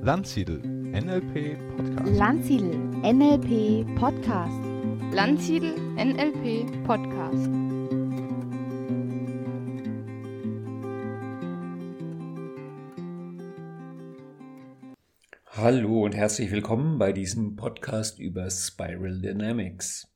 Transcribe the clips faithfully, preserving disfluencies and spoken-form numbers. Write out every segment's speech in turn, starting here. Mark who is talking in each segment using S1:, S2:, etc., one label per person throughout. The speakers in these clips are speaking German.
S1: Landsiedel N L P Podcast.
S2: Landsiedel N L P Podcast.
S3: Landsiedel N L P Podcast.
S4: Hallo und herzlich willkommen bei diesem Podcast über Spiral Dynamics.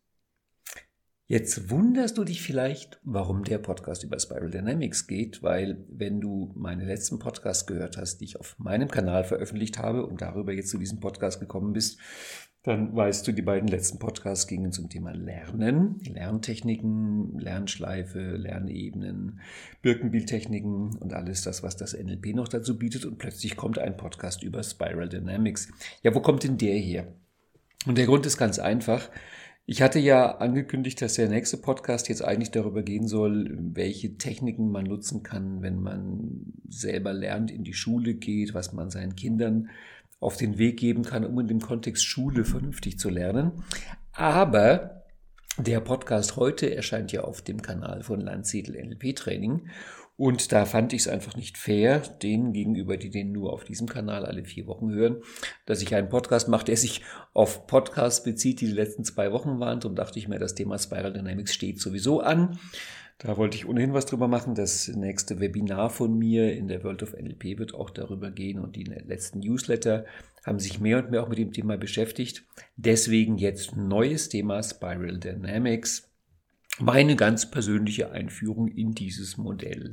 S4: Jetzt wunderst du dich vielleicht, warum der Podcast über Spiral Dynamics geht, weil wenn du meine letzten Podcasts gehört hast, die ich auf meinem Kanal veröffentlicht habe und darüber jetzt zu diesem Podcast gekommen bist, dann weißt du, die beiden letzten Podcasts gingen zum Thema Lernen, Lerntechniken, Lernschleife, Lernebenen, Birkenbiel-Techniken und alles das, was das N L P noch dazu bietet. Und plötzlich kommt ein Podcast über Spiral Dynamics. Ja, wo kommt denn der her? Und der Grund ist ganz einfach. Ich hatte ja angekündigt, dass der nächste Podcast jetzt eigentlich darüber gehen soll, welche Techniken man nutzen kann, wenn man selber lernt, in die Schule geht, was man seinen Kindern auf den Weg geben kann, um in dem Kontext Schule vernünftig zu lernen. Aber der Podcast heute erscheint ja auf dem Kanal von Landsiedel N L P Training. Und da fand ich es einfach nicht fair, denen gegenüber, die den nur auf diesem Kanal alle vier Wochen hören, dass ich einen Podcast mache, der sich auf Podcasts bezieht, die die letzten zwei Wochen waren. Darum dachte ich mir, das Thema Spiral Dynamics steht sowieso an. Da wollte ich ohnehin was drüber machen. Das nächste Webinar von mir in der World of N L P wird auch darüber gehen. Und die letzten Newsletter haben sich mehr und mehr auch mit dem Thema beschäftigt. Deswegen jetzt neues Thema Spiral Dynamics. Meine ganz persönliche Einführung in dieses Modell.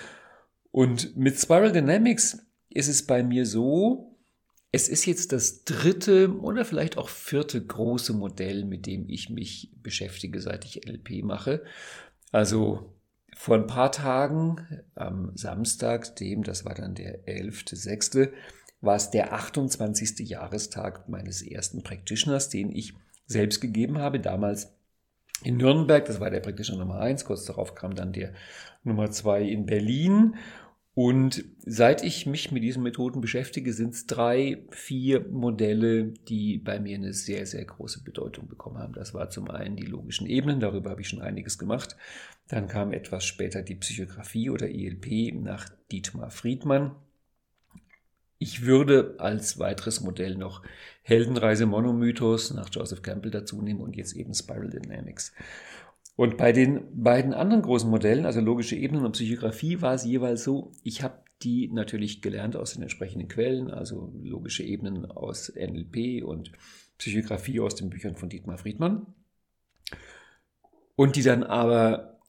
S4: Und mit Spiral Dynamics ist es bei mir so, es ist jetzt das dritte oder vielleicht auch vierte große Modell, mit dem ich mich beschäftige, seit ich N L P mache. Also vor ein paar Tagen, am Samstag, dem, das war dann der elfter sechster, war es der achtundzwanzigste Jahrestag meines ersten Practitioners, den ich selbst gegeben habe, damals in Nürnberg. Das war der Practitioner Nummer eins, kurz darauf kam dann der Nummer zwei in Berlin. Und seit ich mich mit diesen Methoden beschäftige, sind es drei, vier Modelle, die bei mir eine sehr, sehr große Bedeutung bekommen haben. Das war zum einen die logischen Ebenen, darüber habe ich schon einiges gemacht. Dann kam etwas später die Psychographie oder E L P nach Dietmar Friedmann. Ich würde als weiteres Modell noch Heldenreise Monomythos nach Joseph Campbell dazu nehmen und jetzt eben Spiral Dynamics. Und bei den beiden anderen großen Modellen, also logische Ebenen und Psychographie, war es jeweils so, ich habe die natürlich gelernt aus den entsprechenden Quellen, also logische Ebenen aus N L P und Psychographie aus den Büchern von Dietmar Friedmann. Und die dann aber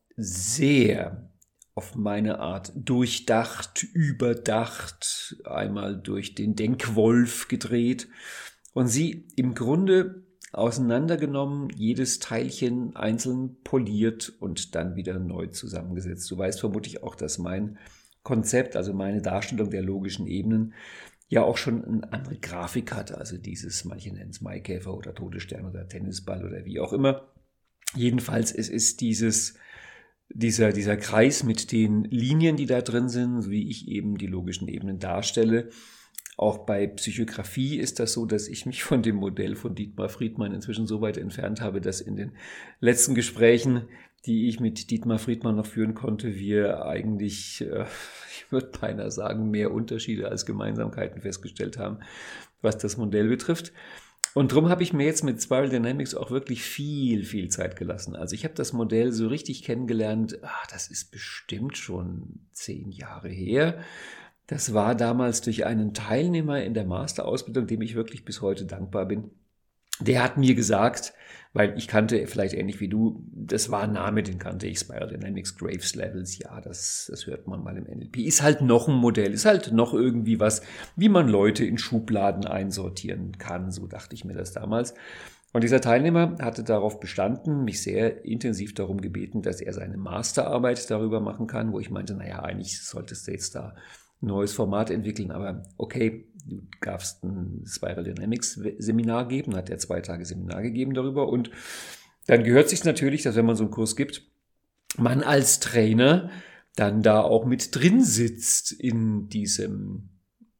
S4: sehr auf meine Art durchdacht, überdacht, einmal durch den Denkwolf gedreht und sie im Grunde auseinandergenommen, jedes Teilchen einzeln poliert und dann wieder neu zusammengesetzt. Du weißt vermutlich auch, dass mein Konzept, also meine Darstellung der logischen Ebenen, ja auch schon eine andere Grafik hat. Also dieses, manche nennen es Maikäfer oder Todesstern oder Tennisball oder wie auch immer. Jedenfalls, es ist dieses, dieser, dieser Kreis mit den Linien, die da drin sind, so wie ich eben die logischen Ebenen darstelle. Auch bei Psychographie ist das so, dass ich mich von dem Modell von Dietmar Friedmann inzwischen so weit entfernt habe, dass in den letzten Gesprächen, die ich mit Dietmar Friedmann noch führen konnte, wir eigentlich, ich würde beinahe sagen, mehr Unterschiede als Gemeinsamkeiten festgestellt haben, was das Modell betrifft. Und darum habe ich mir jetzt mit Spiral Dynamics auch wirklich viel, viel Zeit gelassen. Also ich habe das Modell so richtig kennengelernt, ach, das ist bestimmt schon zehn Jahre her. Das war damals durch einen Teilnehmer in der Masterausbildung, dem ich wirklich bis heute dankbar bin. Der hat mir gesagt, weil ich kannte, vielleicht ähnlich wie du, das war ein Name, den kannte ich, Spiral Dynamics, Graves Levels, ja, das, das hört man mal im N L P. Ist halt noch ein Modell, ist halt noch irgendwie was, wie man Leute in Schubladen einsortieren kann, so dachte ich mir das damals. Und dieser Teilnehmer hatte darauf bestanden, mich sehr intensiv darum gebeten, dass er seine Masterarbeit darüber machen kann, wo ich meinte, naja, eigentlich solltest du jetzt da neues Format entwickeln, aber okay, du darfst ein Spiral Dynamics Seminar geben, hat er zwei Tage Seminar gegeben darüber und dann gehört sich natürlich, dass wenn man so einen Kurs gibt, man als Trainer dann da auch mit drin sitzt in diesem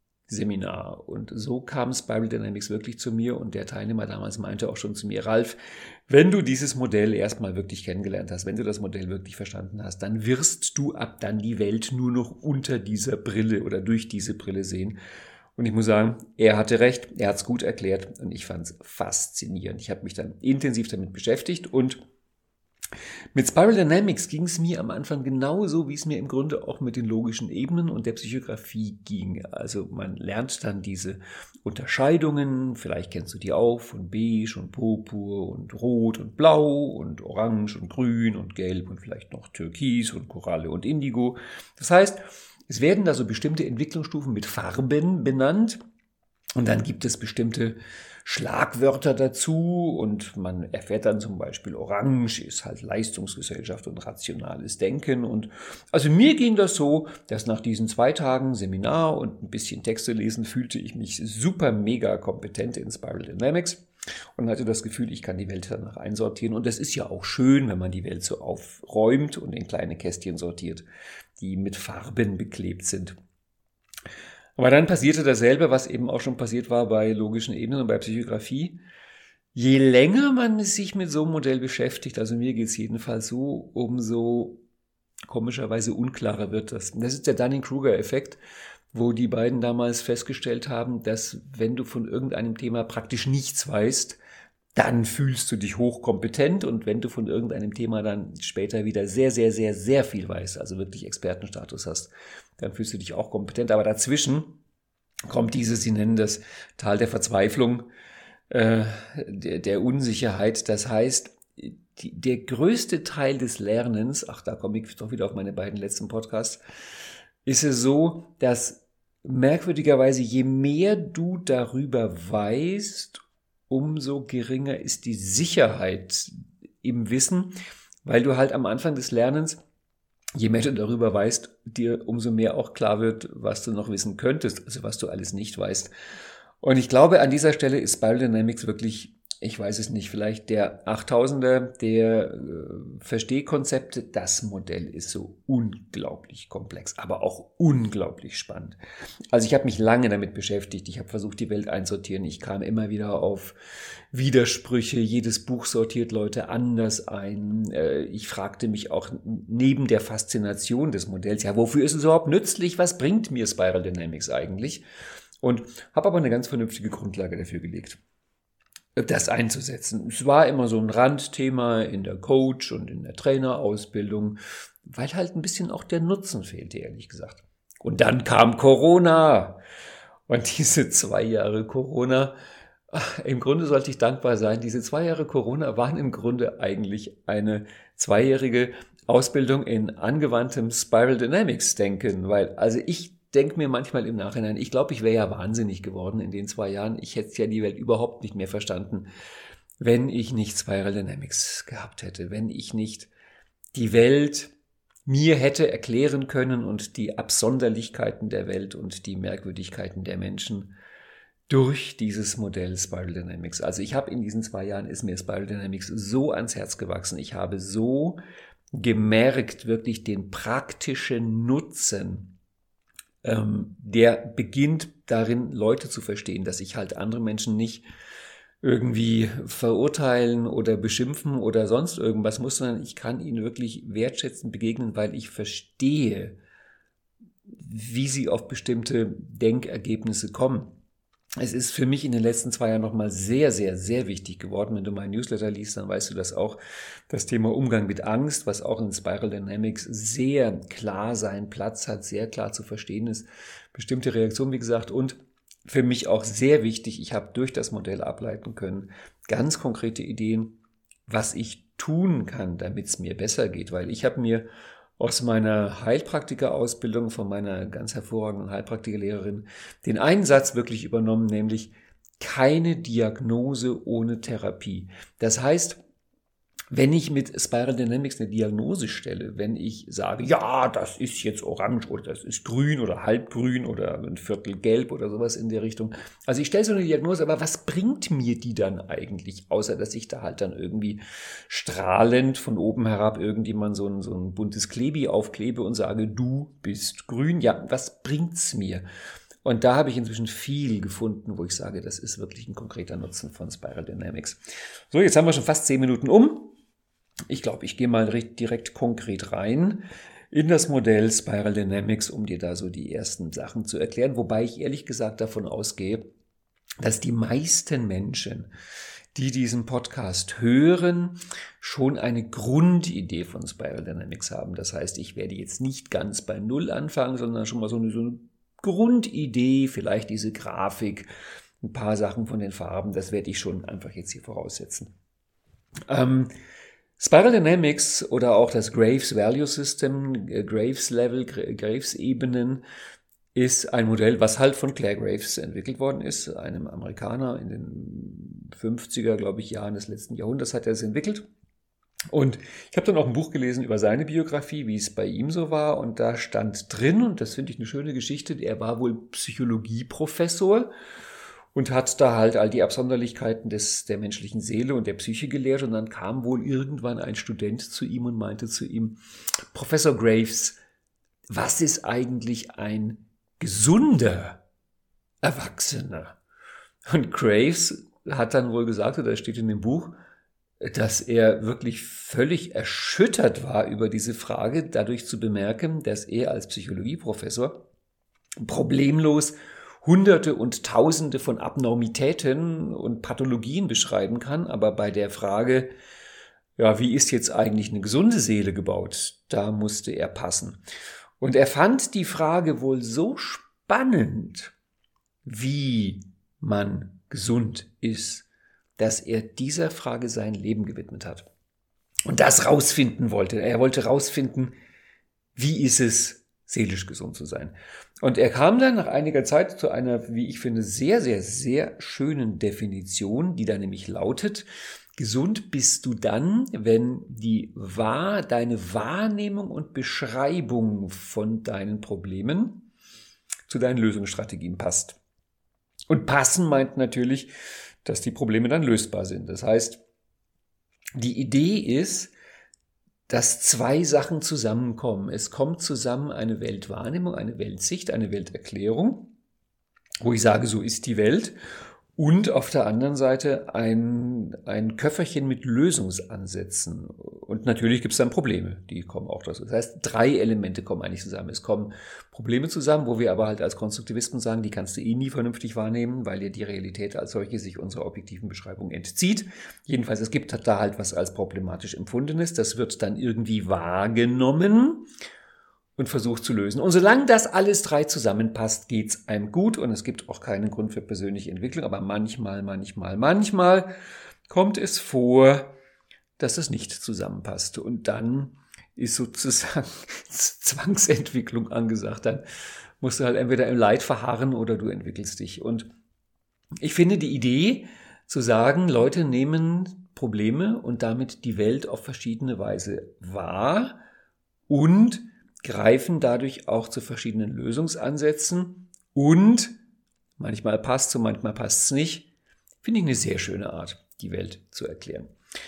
S4: Seminar. Und so kam Spiral Dynamics wirklich zu mir und der Teilnehmer damals meinte auch schon zu mir, Ralf, wenn du dieses Modell erstmal wirklich kennengelernt hast, wenn du das Modell wirklich verstanden hast, dann wirst du ab dann die Welt nur noch unter dieser Brille oder durch diese Brille sehen. Und ich muss sagen, er hatte recht, er hat es gut erklärt und ich fand es faszinierend. Ich habe mich dann intensiv damit beschäftigt und mit Spiral Dynamics ging es mir am Anfang genauso, wie es mir im Grunde auch mit den logischen Ebenen und der Psychografie ging. Also man lernt dann diese Unterscheidungen, vielleicht kennst du die auch, von beige und purpur und rot und blau und orange und grün und gelb und vielleicht noch türkis und Koralle und Indigo. Das heißt, es werden da so bestimmte Entwicklungsstufen mit Farben benannt und dann gibt es bestimmte Schlagwörter dazu und man erfährt dann zum Beispiel, Orange ist halt Leistungsgesellschaft und rationales Denken. Und also mir ging das so, dass nach diesen zwei Tagen Seminar und ein bisschen Texte lesen fühlte ich mich super mega kompetent in Spiral Dynamics und hatte das Gefühl, ich kann die Welt danach einsortieren. Und das ist ja auch schön, wenn man die Welt so aufräumt und in kleine Kästchen sortiert, die mit Farben beklebt sind. Aber dann passierte dasselbe, was eben auch schon passiert war bei logischen Ebenen und bei Psychografie. Je länger man sich mit so einem Modell beschäftigt, also mir geht es jedenfalls so, umso komischerweise unklarer wird das. Das ist der Dunning-Kruger-Effekt, wo die beiden damals festgestellt haben, dass wenn du von irgendeinem Thema praktisch nichts weißt, dann fühlst du dich hochkompetent und wenn du von irgendeinem Thema dann später wieder sehr, sehr, sehr, sehr viel weißt, also wirklich Expertenstatus hast, dann fühlst du dich auch kompetent. Aber dazwischen kommt dieses, sie nennen das Tal der Verzweiflung, äh, der, der Unsicherheit. Das heißt, die, der größte Teil des Lernens, ach, da komme ich doch wieder auf meine beiden letzten Podcasts, ist es so, dass merkwürdigerweise, je mehr du darüber weißt, umso geringer ist die Sicherheit im Wissen, weil du halt am Anfang des Lernens, je mehr du darüber weißt, dir umso mehr auch klar wird, was du noch wissen könntest, also was du alles nicht weißt. Und ich glaube, an dieser Stelle ist Spiral Dynamics wirklich, ich weiß es nicht, vielleicht der achttausender der äh, Verstehkonzepte. Das Modell ist so unglaublich komplex, aber auch unglaublich spannend. Also ich habe mich lange damit beschäftigt. Ich habe versucht, die Welt einsortieren. Ich kam immer wieder auf Widersprüche. Jedes Buch sortiert Leute anders ein. Äh, ich fragte mich auch neben der Faszination des Modells, ja, wofür ist es überhaupt nützlich? Was bringt mir Spiral Dynamics eigentlich? Und habe aber eine ganz vernünftige Grundlage dafür gelegt, das einzusetzen. Es war immer so ein Randthema in der Coach- und in der Trainerausbildung, weil halt ein bisschen auch der Nutzen fehlte, ehrlich gesagt. Und dann kam Corona. Und diese zwei Jahre Corona, ach, im Grunde sollte ich dankbar sein, diese zwei Jahre Corona waren im Grunde eigentlich eine zweijährige Ausbildung in angewandtem Spiral Dynamics Denken, weil also ich denke mir manchmal im Nachhinein, ich glaube, ich wäre ja wahnsinnig geworden in den zwei Jahren. Ich hätte ja die Welt überhaupt nicht mehr verstanden, wenn ich nicht Spiral Dynamics gehabt hätte, wenn ich nicht die Welt mir hätte erklären können und die Absonderlichkeiten der Welt und die Merkwürdigkeiten der Menschen durch dieses Modell Spiral Dynamics. Also ich habe in diesen zwei Jahren, ist mir Spiral Dynamics so ans Herz gewachsen. Ich habe so gemerkt, wirklich den praktischen Nutzen, Ähm, der beginnt darin, Leute zu verstehen, dass ich halt andere Menschen nicht irgendwie verurteilen oder beschimpfen oder sonst irgendwas muss, sondern ich kann ihnen wirklich wertschätzend begegnen, weil ich verstehe, wie sie auf bestimmte Denkergebnisse kommen. Es ist für mich in den letzten zwei Jahren nochmal sehr, sehr, sehr wichtig geworden. Wenn du meinen Newsletter liest, dann weißt du das auch. Das Thema Umgang mit Angst, was auch in Spiral Dynamics sehr klar seinen Platz hat, sehr klar zu verstehen ist. Bestimmte Reaktionen, wie gesagt, und für mich auch sehr wichtig, ich habe durch das Modell ableiten können, ganz konkrete Ideen, was ich tun kann, damit es mir besser geht. Weil ich habe mir aus meiner Heilpraktikerausbildung von meiner ganz hervorragenden Heilpraktikerlehrerin den einen Satz wirklich übernommen, nämlich keine Diagnose ohne Therapie. Das heißt, wenn ich mit Spiral Dynamics eine Diagnose stelle, wenn ich sage, ja, das ist jetzt orange oder das ist grün oder halbgrün oder ein Viertel gelb oder sowas in der Richtung. Also ich stelle so eine Diagnose, aber was bringt mir die dann eigentlich, außer dass ich da halt dann irgendwie strahlend von oben herab irgendjemand so ein, so ein buntes Klebi aufklebe und sage, du bist grün. Ja, was bringt's mir? Und da habe ich inzwischen viel gefunden, wo ich sage, das ist wirklich ein konkreter Nutzen von Spiral Dynamics. So, jetzt haben wir schon fast zehn Minuten um. Ich glaube, ich gehe mal direkt konkret rein. in das Modell Spiral Dynamics, um dir da so die ersten Sachen zu erklären. Wobei ich ehrlich gesagt davon ausgehe, dass die meisten Menschen, die diesen Podcast hören, schon eine Grundidee von Spiral Dynamics haben. Das heißt, ich werde jetzt nicht ganz bei Null anfangen, sondern schon mal so eine, so eine Grundidee, vielleicht diese Grafik, ein paar Sachen von den Farben, das werde ich schon einfach jetzt hier voraussetzen. Ähm, Spiral Dynamics oder auch das Graves Value System, Graves Level, Graves Ebenen, ist ein Modell, was halt von Clare Graves entwickelt worden ist, einem Amerikaner in den fünfziger, glaube ich, Jahren des letzten Jahrhunderts hat er es entwickelt. Und ich habe dann auch ein Buch gelesen über seine Biografie, wie es bei ihm so war. Und da stand drin, und das finde ich eine schöne Geschichte, er war wohl Psychologieprofessor und hat da halt all die Absonderlichkeiten des, der menschlichen Seele und der Psyche gelehrt. Und dann kam wohl irgendwann ein Student zu ihm und meinte zu ihm, Professor Graves, was ist eigentlich ein gesunder Erwachsener? Und Graves hat dann wohl gesagt, oder das steht in dem Buch, dass er wirklich völlig erschüttert war über diese Frage, dadurch zu bemerken, dass er als Psychologieprofessor problemlos Hunderte und Tausende von Abnormitäten und Pathologien beschreiben kann, aber bei der Frage, ja, wie ist jetzt eigentlich eine gesunde Seele gebaut, da musste er passen. Und er fand die Frage wohl so spannend, wie man gesund ist, dass er dieser Frage sein Leben gewidmet hat. Und das rausfinden wollte. Er wollte rausfinden, wie ist es, seelisch gesund zu sein. Und er kam dann nach einiger Zeit zu einer, wie ich finde, sehr, sehr, sehr schönen Definition, die da nämlich lautet, gesund bist du dann, wenn die Wahr, deine Wahrnehmung und Beschreibung von deinen Problemen zu deinen Lösungsstrategien passt. Und passen meint natürlich, dass die Probleme dann lösbar sind. Das heißt, die Idee ist, dass zwei Sachen zusammenkommen. Es kommt zusammen eine Weltwahrnehmung, eine Weltsicht, eine Welterklärung, wo ich sage, so ist die Welt. Und auf der anderen Seite ein, ein Köfferchen mit Lösungsansätzen. Und natürlich gibt es dann Probleme, die kommen auch dazu. Das heißt, drei Elemente kommen eigentlich zusammen. Es kommen Probleme zusammen, wo wir aber halt als Konstruktivisten sagen, die kannst du eh nie vernünftig wahrnehmen, weil dir die Realität als solche sich unserer objektiven Beschreibung entzieht. Jedenfalls, es gibt da halt was als problematisch Empfundenes. Das wird dann irgendwie wahrgenommen und versucht zu lösen. Und solange das alles drei zusammenpasst, geht's einem gut und es gibt auch keinen Grund für persönliche Entwicklung. Aber manchmal, manchmal, manchmal kommt es vor, dass es nicht zusammenpasst. Und dann ist sozusagen Zwangsentwicklung angesagt. Dann musst du halt entweder im Leid verharren oder du entwickelst dich. Und ich finde die Idee zu sagen, Leute nehmen Probleme und damit die Welt auf verschiedene Weise wahr und greifen dadurch auch zu verschiedenen Lösungsansätzen und manchmal passt es, manchmal passt es nicht. Finde ich eine sehr schöne Art, die Welt zu erklären.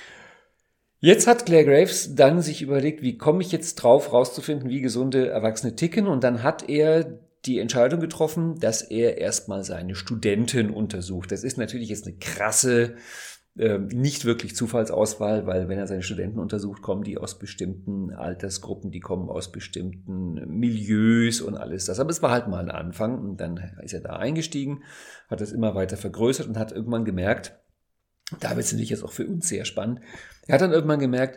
S4: Jetzt hat Clare Graves dann sich überlegt, wie komme ich jetzt drauf, rauszufinden, wie gesunde Erwachsene ticken. Und dann hat er die Entscheidung getroffen, dass er erstmal seine Studenten untersucht. Das ist natürlich jetzt eine krasse, nicht wirklich Zufallsauswahl, weil wenn er seine Studenten untersucht, kommen die aus bestimmten Altersgruppen, die kommen aus bestimmten Milieus und alles das. Aber es war halt mal ein Anfang und dann ist er da eingestiegen, hat das immer weiter vergrößert und hat irgendwann gemerkt, da wird es natürlich jetzt auch für uns sehr spannend, er hat dann irgendwann gemerkt,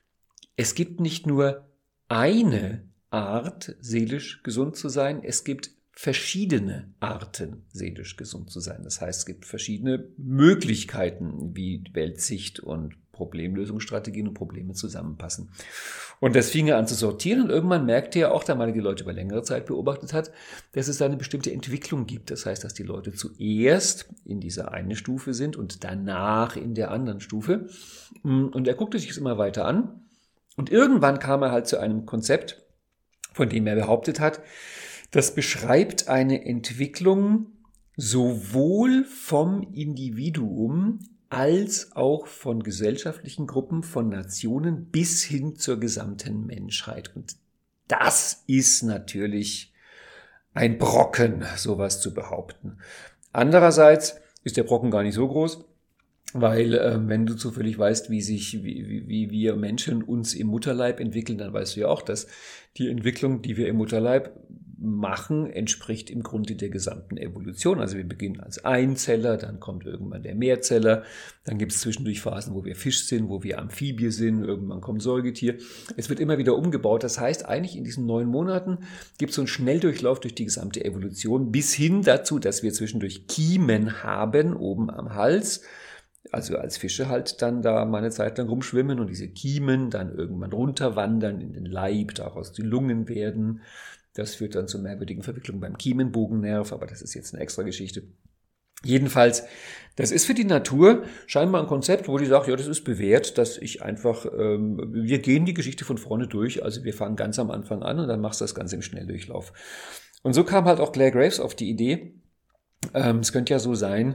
S4: es gibt nicht nur eine Art, seelisch gesund zu sein, es gibt verschiedene Arten, seelisch gesund zu sein. Das heißt, es gibt verschiedene Möglichkeiten, wie Weltsicht und Problemlösungsstrategien und Probleme zusammenpassen. Und das fing er an zu sortieren und irgendwann merkte er auch, da man die Leute über längere Zeit beobachtet hat, dass es da eine bestimmte Entwicklung gibt. Das heißt, dass die Leute zuerst in dieser einen Stufe sind und danach in der anderen Stufe. Und er guckte sich das immer weiter an und irgendwann kam er halt zu einem Konzept, von dem er behauptet hat, das beschreibt eine Entwicklung sowohl vom Individuum als auch von gesellschaftlichen Gruppen, von Nationen bis hin zur gesamten Menschheit. Und das ist natürlich ein Brocken, sowas zu behaupten. Andererseits ist der Brocken gar nicht so groß. Weil äh, wenn du zufällig weißt, wie sich, wie, wie wir Menschen uns im Mutterleib entwickeln, dann weißt du ja auch, dass die Entwicklung, die wir im Mutterleib machen, entspricht im Grunde der gesamten Evolution. Also wir beginnen als Einzeller, dann kommt irgendwann der Mehrzeller, dann gibt es zwischendurch Phasen, wo wir Fisch sind, wo wir Amphibie sind, irgendwann kommt Säugetier. Es wird immer wieder umgebaut. Das heißt, eigentlich in diesen neun Monaten gibt es so einen Schnelldurchlauf durch die gesamte Evolution, bis hin dazu, dass wir zwischendurch Kiemen haben, oben am Hals, also als Fische halt dann da mal eine Zeit lang rumschwimmen und diese Kiemen dann irgendwann runterwandern in den Leib, daraus die Lungen werden. Das führt dann zu merkwürdigen Verwicklungen beim Kiemenbogennerv, aber das ist jetzt eine extra Geschichte. Jedenfalls, das ist für die Natur scheinbar ein Konzept, wo die sagt, ja, das ist bewährt, dass ich einfach, ähm, wir gehen die Geschichte von vorne durch, also wir fangen ganz am Anfang an und dann machst du das Ganze im Schnelldurchlauf. Und so kam halt auch Clare Graves auf die Idee, ähm, es könnte ja so sein,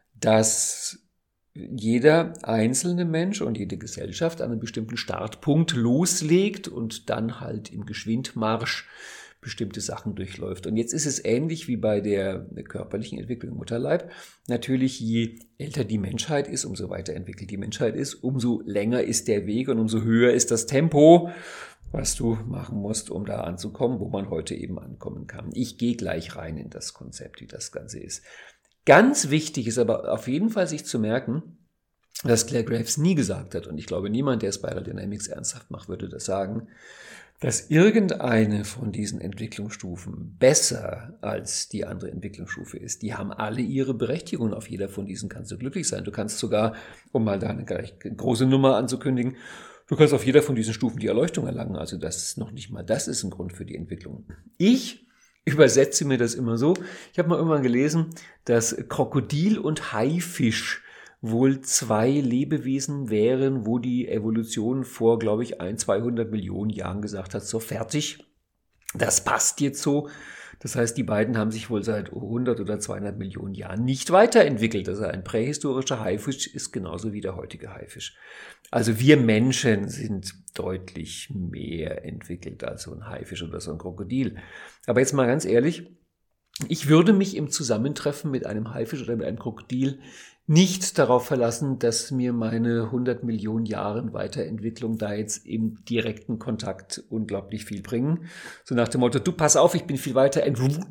S4: dass jeder einzelne Mensch und jede Gesellschaft an einem bestimmten Startpunkt loslegt und dann halt im Geschwindmarsch bestimmte Sachen durchläuft. Und jetzt ist es ähnlich wie bei der körperlichen Entwicklung im Mutterleib. Natürlich, je älter die Menschheit ist, umso weiter entwickelt die Menschheit ist, umso länger ist der Weg und umso höher ist das Tempo, was du machen musst, um da anzukommen, wo man heute eben ankommen kann. Ich gehe gleich rein in das Konzept, wie das Ganze ist. Ganz wichtig ist aber auf jeden Fall sich zu merken, dass Clare Graves nie gesagt hat, und ich glaube, niemand, der Spiral Dynamics ernsthaft macht, würde das sagen, dass irgendeine von diesen Entwicklungsstufen besser als die andere Entwicklungsstufe ist. Die haben alle ihre Berechtigung. Auf jeder von diesen kannst du glücklich sein. Du kannst sogar, um mal da eine gleich große Nummer anzukündigen, du kannst auf jeder von diesen Stufen die Erleuchtung erlangen. Also das ist noch nicht mal, das ist ein Grund für die Entwicklung. Ich übersetze mir das immer so. Ich habe mal irgendwann gelesen, dass Krokodil und Haifisch wohl zwei Lebewesen wären, wo die Evolution vor, glaube ich, ein, zweihundert Millionen Jahren gesagt hat, so fertig, das passt jetzt so. Das heißt, die beiden haben sich wohl seit hundert oder zweihundert Millionen Jahren nicht weiterentwickelt. Also ein prähistorischer Haifisch ist genauso wie der heutige Haifisch. Also wir Menschen sind deutlich mehr entwickelt als so ein Haifisch oder so ein Krokodil. Aber jetzt mal ganz ehrlich, ich würde mich im Zusammentreffen mit einem Haifisch oder mit einem Krokodil nicht darauf verlassen, dass mir meine hundert Millionen Jahre Weiterentwicklung da jetzt im direkten Kontakt unglaublich viel bringen. So nach dem Motto, du pass auf, ich bin viel weiter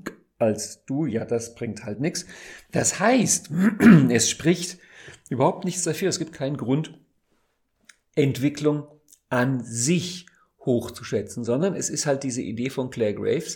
S4: als du. Ja, das bringt halt nichts. Das heißt, es spricht überhaupt nichts dafür. Es gibt keinen Grund, Entwicklung an sich hochzuschätzen, sondern es ist halt diese Idee von Clare Graves.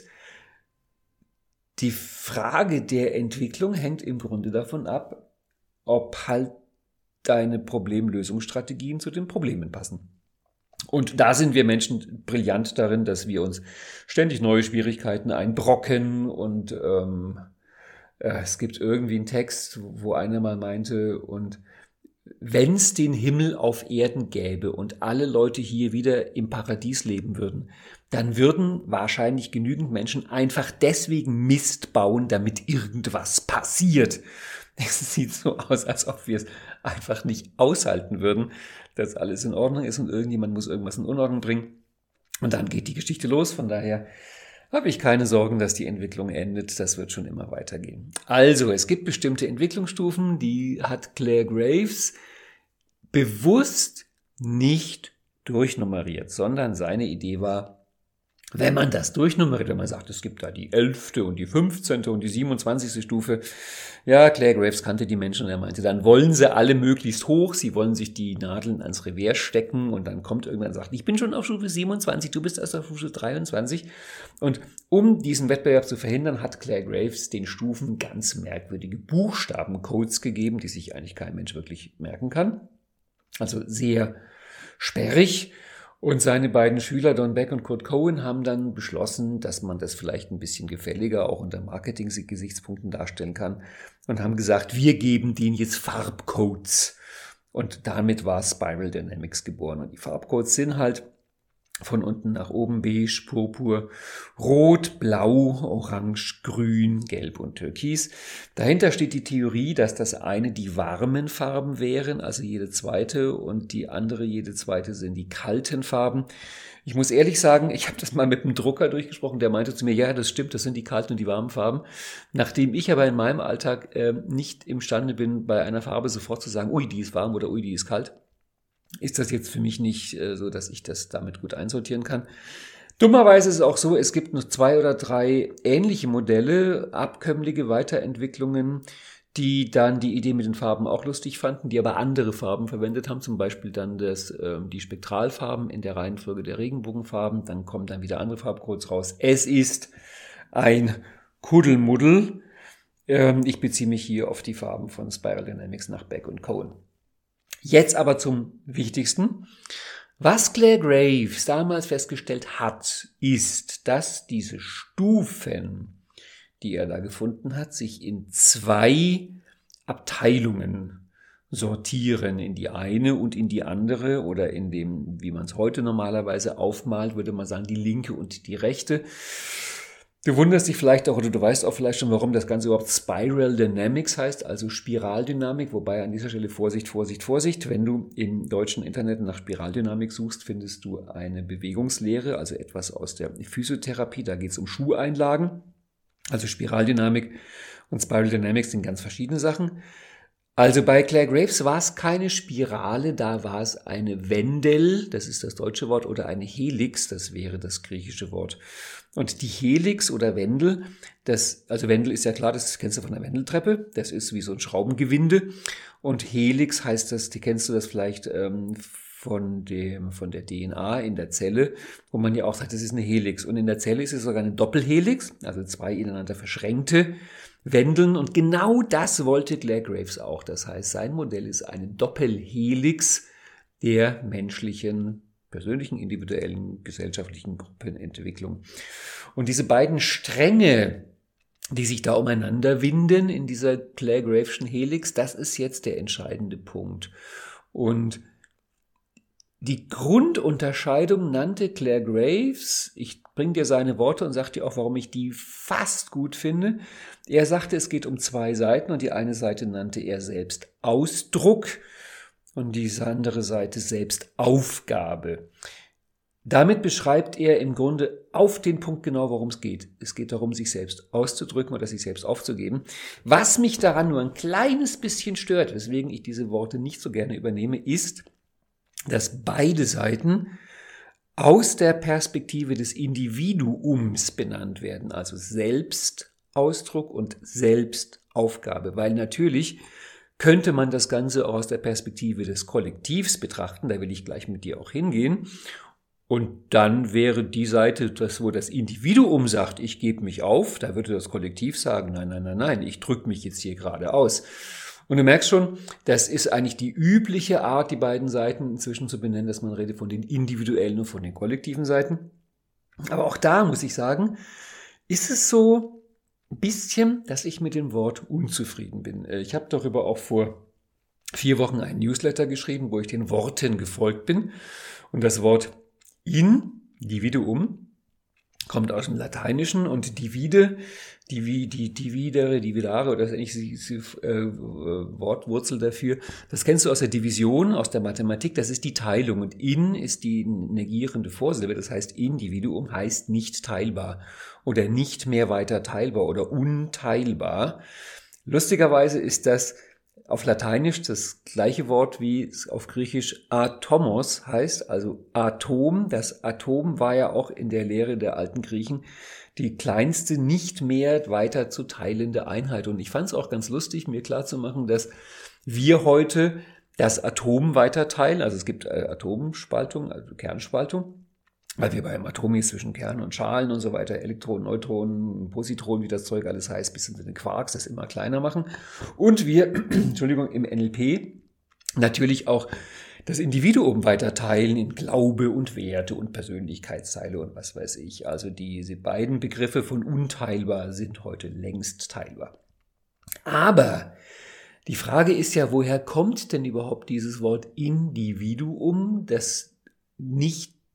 S4: Die Frage der Entwicklung hängt im Grunde davon ab, ob halt deine Problemlösungsstrategien zu den Problemen passen. Und da sind wir Menschen brillant darin, dass wir uns ständig neue Schwierigkeiten einbrocken. Und ähm, äh, es gibt irgendwie einen Text, wo einer mal meinte, und wenn es den Himmel auf Erden gäbe und alle Leute hier wieder im Paradies leben würden, dann würden wahrscheinlich genügend Menschen einfach deswegen Mist bauen, damit irgendwas passiert. Es sieht so aus, als ob wir es einfach nicht aushalten würden, dass alles in Ordnung ist und irgendjemand muss irgendwas in Unordnung bringen. Und dann geht die Geschichte los. Von daher habe ich keine Sorgen, dass die Entwicklung endet. Das wird schon immer weitergehen. Also, es gibt bestimmte Entwicklungsstufen, die hat Clare Graves bewusst nicht durchnummeriert, sondern seine Idee war, wenn man das durchnummeriert, wenn man sagt, es gibt da die elfte und die fünfzehnte und die siebenundzwanzigste Stufe, ja, Clare Graves kannte die Menschen und er meinte, dann wollen sie alle möglichst hoch, sie wollen sich die Nadeln ans Revers stecken und dann kommt irgendwann und sagt, ich bin schon auf Stufe siebenundzwanzig, du bist erst auf Stufe dreiundzwanzig. Und um diesen Wettbewerb zu verhindern, hat Clare Graves den Stufen ganz merkwürdige Buchstabencodes gegeben, die sich eigentlich kein Mensch wirklich merken kann. Also sehr sperrig. Und seine beiden Schüler, Don Beck und Kurt Cohen, haben dann beschlossen, dass man das vielleicht ein bisschen gefälliger auch unter Marketing-Gesichtspunkten darstellen kann und haben gesagt, wir geben denen jetzt Farbcodes. Und damit war Spiral Dynamics geboren. Und die Farbcodes sind halt von unten nach oben beige, purpur, rot, blau, orange, grün, gelb und türkis. Dahinter steht die Theorie, dass das eine die warmen Farben wären, also jede zweite, und die andere, jede zweite, sind die kalten Farben. Ich muss ehrlich sagen, ich habe das mal mit einem Drucker durchgesprochen, der meinte zu mir, ja, das stimmt, das sind die kalten und die warmen Farben. Nachdem ich aber in meinem Alltag äh, nicht imstande bin, bei einer Farbe sofort zu sagen, ui, die ist warm oder ui, die ist kalt, ist das jetzt für mich nicht äh, so, dass ich das damit gut einsortieren kann. Dummerweise ist es auch so, es gibt noch zwei oder drei ähnliche Modelle, abkömmliche Weiterentwicklungen, die dann die Idee mit den Farben auch lustig fanden, die aber andere Farben verwendet haben, zum Beispiel dann das, äh, die Spektralfarben in der Reihenfolge der Regenbogenfarben, dann kommen dann wieder andere Farbcodes raus. Es ist ein Kuddelmuddel. Ähm, ich beziehe mich hier auf die Farben von Spiral Dynamics nach Beck und Cohen. Jetzt aber zum Wichtigsten. Was Clare Graves damals festgestellt hat, ist, dass diese Stufen, die er da gefunden hat, sich in zwei Abteilungen sortieren, in die eine und in die andere, oder in dem, wie man es heute normalerweise aufmalt, würde man sagen, die linke und die rechte. Du wunderst dich vielleicht auch, oder du weißt auch vielleicht schon, warum das Ganze überhaupt Spiral Dynamics heißt, also Spiraldynamik, wobei an dieser Stelle Vorsicht, Vorsicht, Vorsicht. Wenn du im deutschen Internet nach Spiraldynamik suchst, findest du eine Bewegungslehre, also etwas aus der Physiotherapie, da geht es um Schuheinlagen. Also Spiraldynamik und Spiral Dynamics sind ganz verschiedene Sachen. Also bei Clare Graves war es keine Spirale, da war es eine Wendel, das ist das deutsche Wort, oder eine Helix, das wäre das griechische Wort. Und die Helix oder Wendel, das, also Wendel ist ja klar, das kennst du von der Wendeltreppe, das ist wie so ein Schraubengewinde. Und Helix heißt das, die kennst du das vielleicht ähm, von dem, von der D N A in der Zelle, wo man ja auch sagt, das ist eine Helix. Und in der Zelle ist es sogar eine Doppelhelix, also zwei ineinander verschränkte Wendeln. Und genau das wollte Clare Graves auch. Das heißt, sein Modell ist eine Doppelhelix der menschlichen, persönlichen, individuellen, gesellschaftlichen Gruppenentwicklung. Und diese beiden Stränge, die sich da umeinander winden in dieser Clare Graveschen Helix, das ist jetzt der entscheidende Punkt. Und die Grundunterscheidung nannte Clare Graves, ich bringe dir seine Worte und sage dir auch, warum ich die fast gut finde. Er sagte, es geht um zwei Seiten und die eine Seite nannte er Selbstausdruck und die andere Seite Selbstaufgabe. Damit beschreibt er im Grunde auf den Punkt genau, worum es geht. Es geht darum, sich selbst auszudrücken oder sich selbst aufzugeben. Was mich daran nur ein kleines bisschen stört, weswegen ich diese Worte nicht so gerne übernehme, ist, dass beide Seiten aus der Perspektive des Individuums benannt werden, also Selbstausdruck und Selbstaufgabe, weil natürlich könnte man das Ganze auch aus der Perspektive des Kollektivs betrachten, da will ich gleich mit dir auch hingehen, und dann wäre die Seite, das, wo das Individuum sagt, ich gebe mich auf, da würde das Kollektiv sagen, nein, nein, nein, nein, ich drücke mich jetzt hier gerade aus. Und du merkst schon, das ist eigentlich die übliche Art, die beiden Seiten inzwischen zu benennen, dass man redet von den individuellen und von den kollektiven Seiten. Aber auch da muss ich sagen, ist es so ein bisschen, dass ich mit dem Wort unzufrieden bin. Ich habe darüber auch vor vier Wochen einen Newsletter geschrieben, wo ich den Worten gefolgt bin. Und das Wort Individuum kommt aus dem Lateinischen und divide, die, die, dividere, dividare, oder das ist eigentlich die, die äh, Wortwurzel dafür. Das kennst du aus der Division, aus der Mathematik, das ist die Teilung. Und in ist die negierende Vorsilbe, das heißt Individuum heißt nicht teilbar oder nicht mehr weiter teilbar oder unteilbar. Lustigerweise ist das auf Lateinisch das gleiche Wort, wie es auf Griechisch Atomos heißt, also Atom. Das Atom war ja auch in der Lehre der alten Griechen die kleinste, nicht mehr weiter zu teilende Einheit. Und ich fand es auch ganz lustig, mir klarzumachen, dass wir heute das Atom weiter teilen. Also es gibt Atomspaltung, also Kernspaltung, weil wir beim Atom ist zwischen Kern und Schalen und so weiter, Elektronen, Neutronen, Positronen, wie das Zeug alles heißt, bis hin zu den Quarks, das immer kleiner machen. Und wir, Entschuldigung, im N L P natürlich auch das Individuum weiter teilen in Glaube und Werte und Persönlichkeitsteile und was weiß ich. Also diese beiden Begriffe von unteilbar sind heute längst teilbar. Aber die Frage ist ja, woher kommt denn überhaupt dieses Wort Individuum, das nicht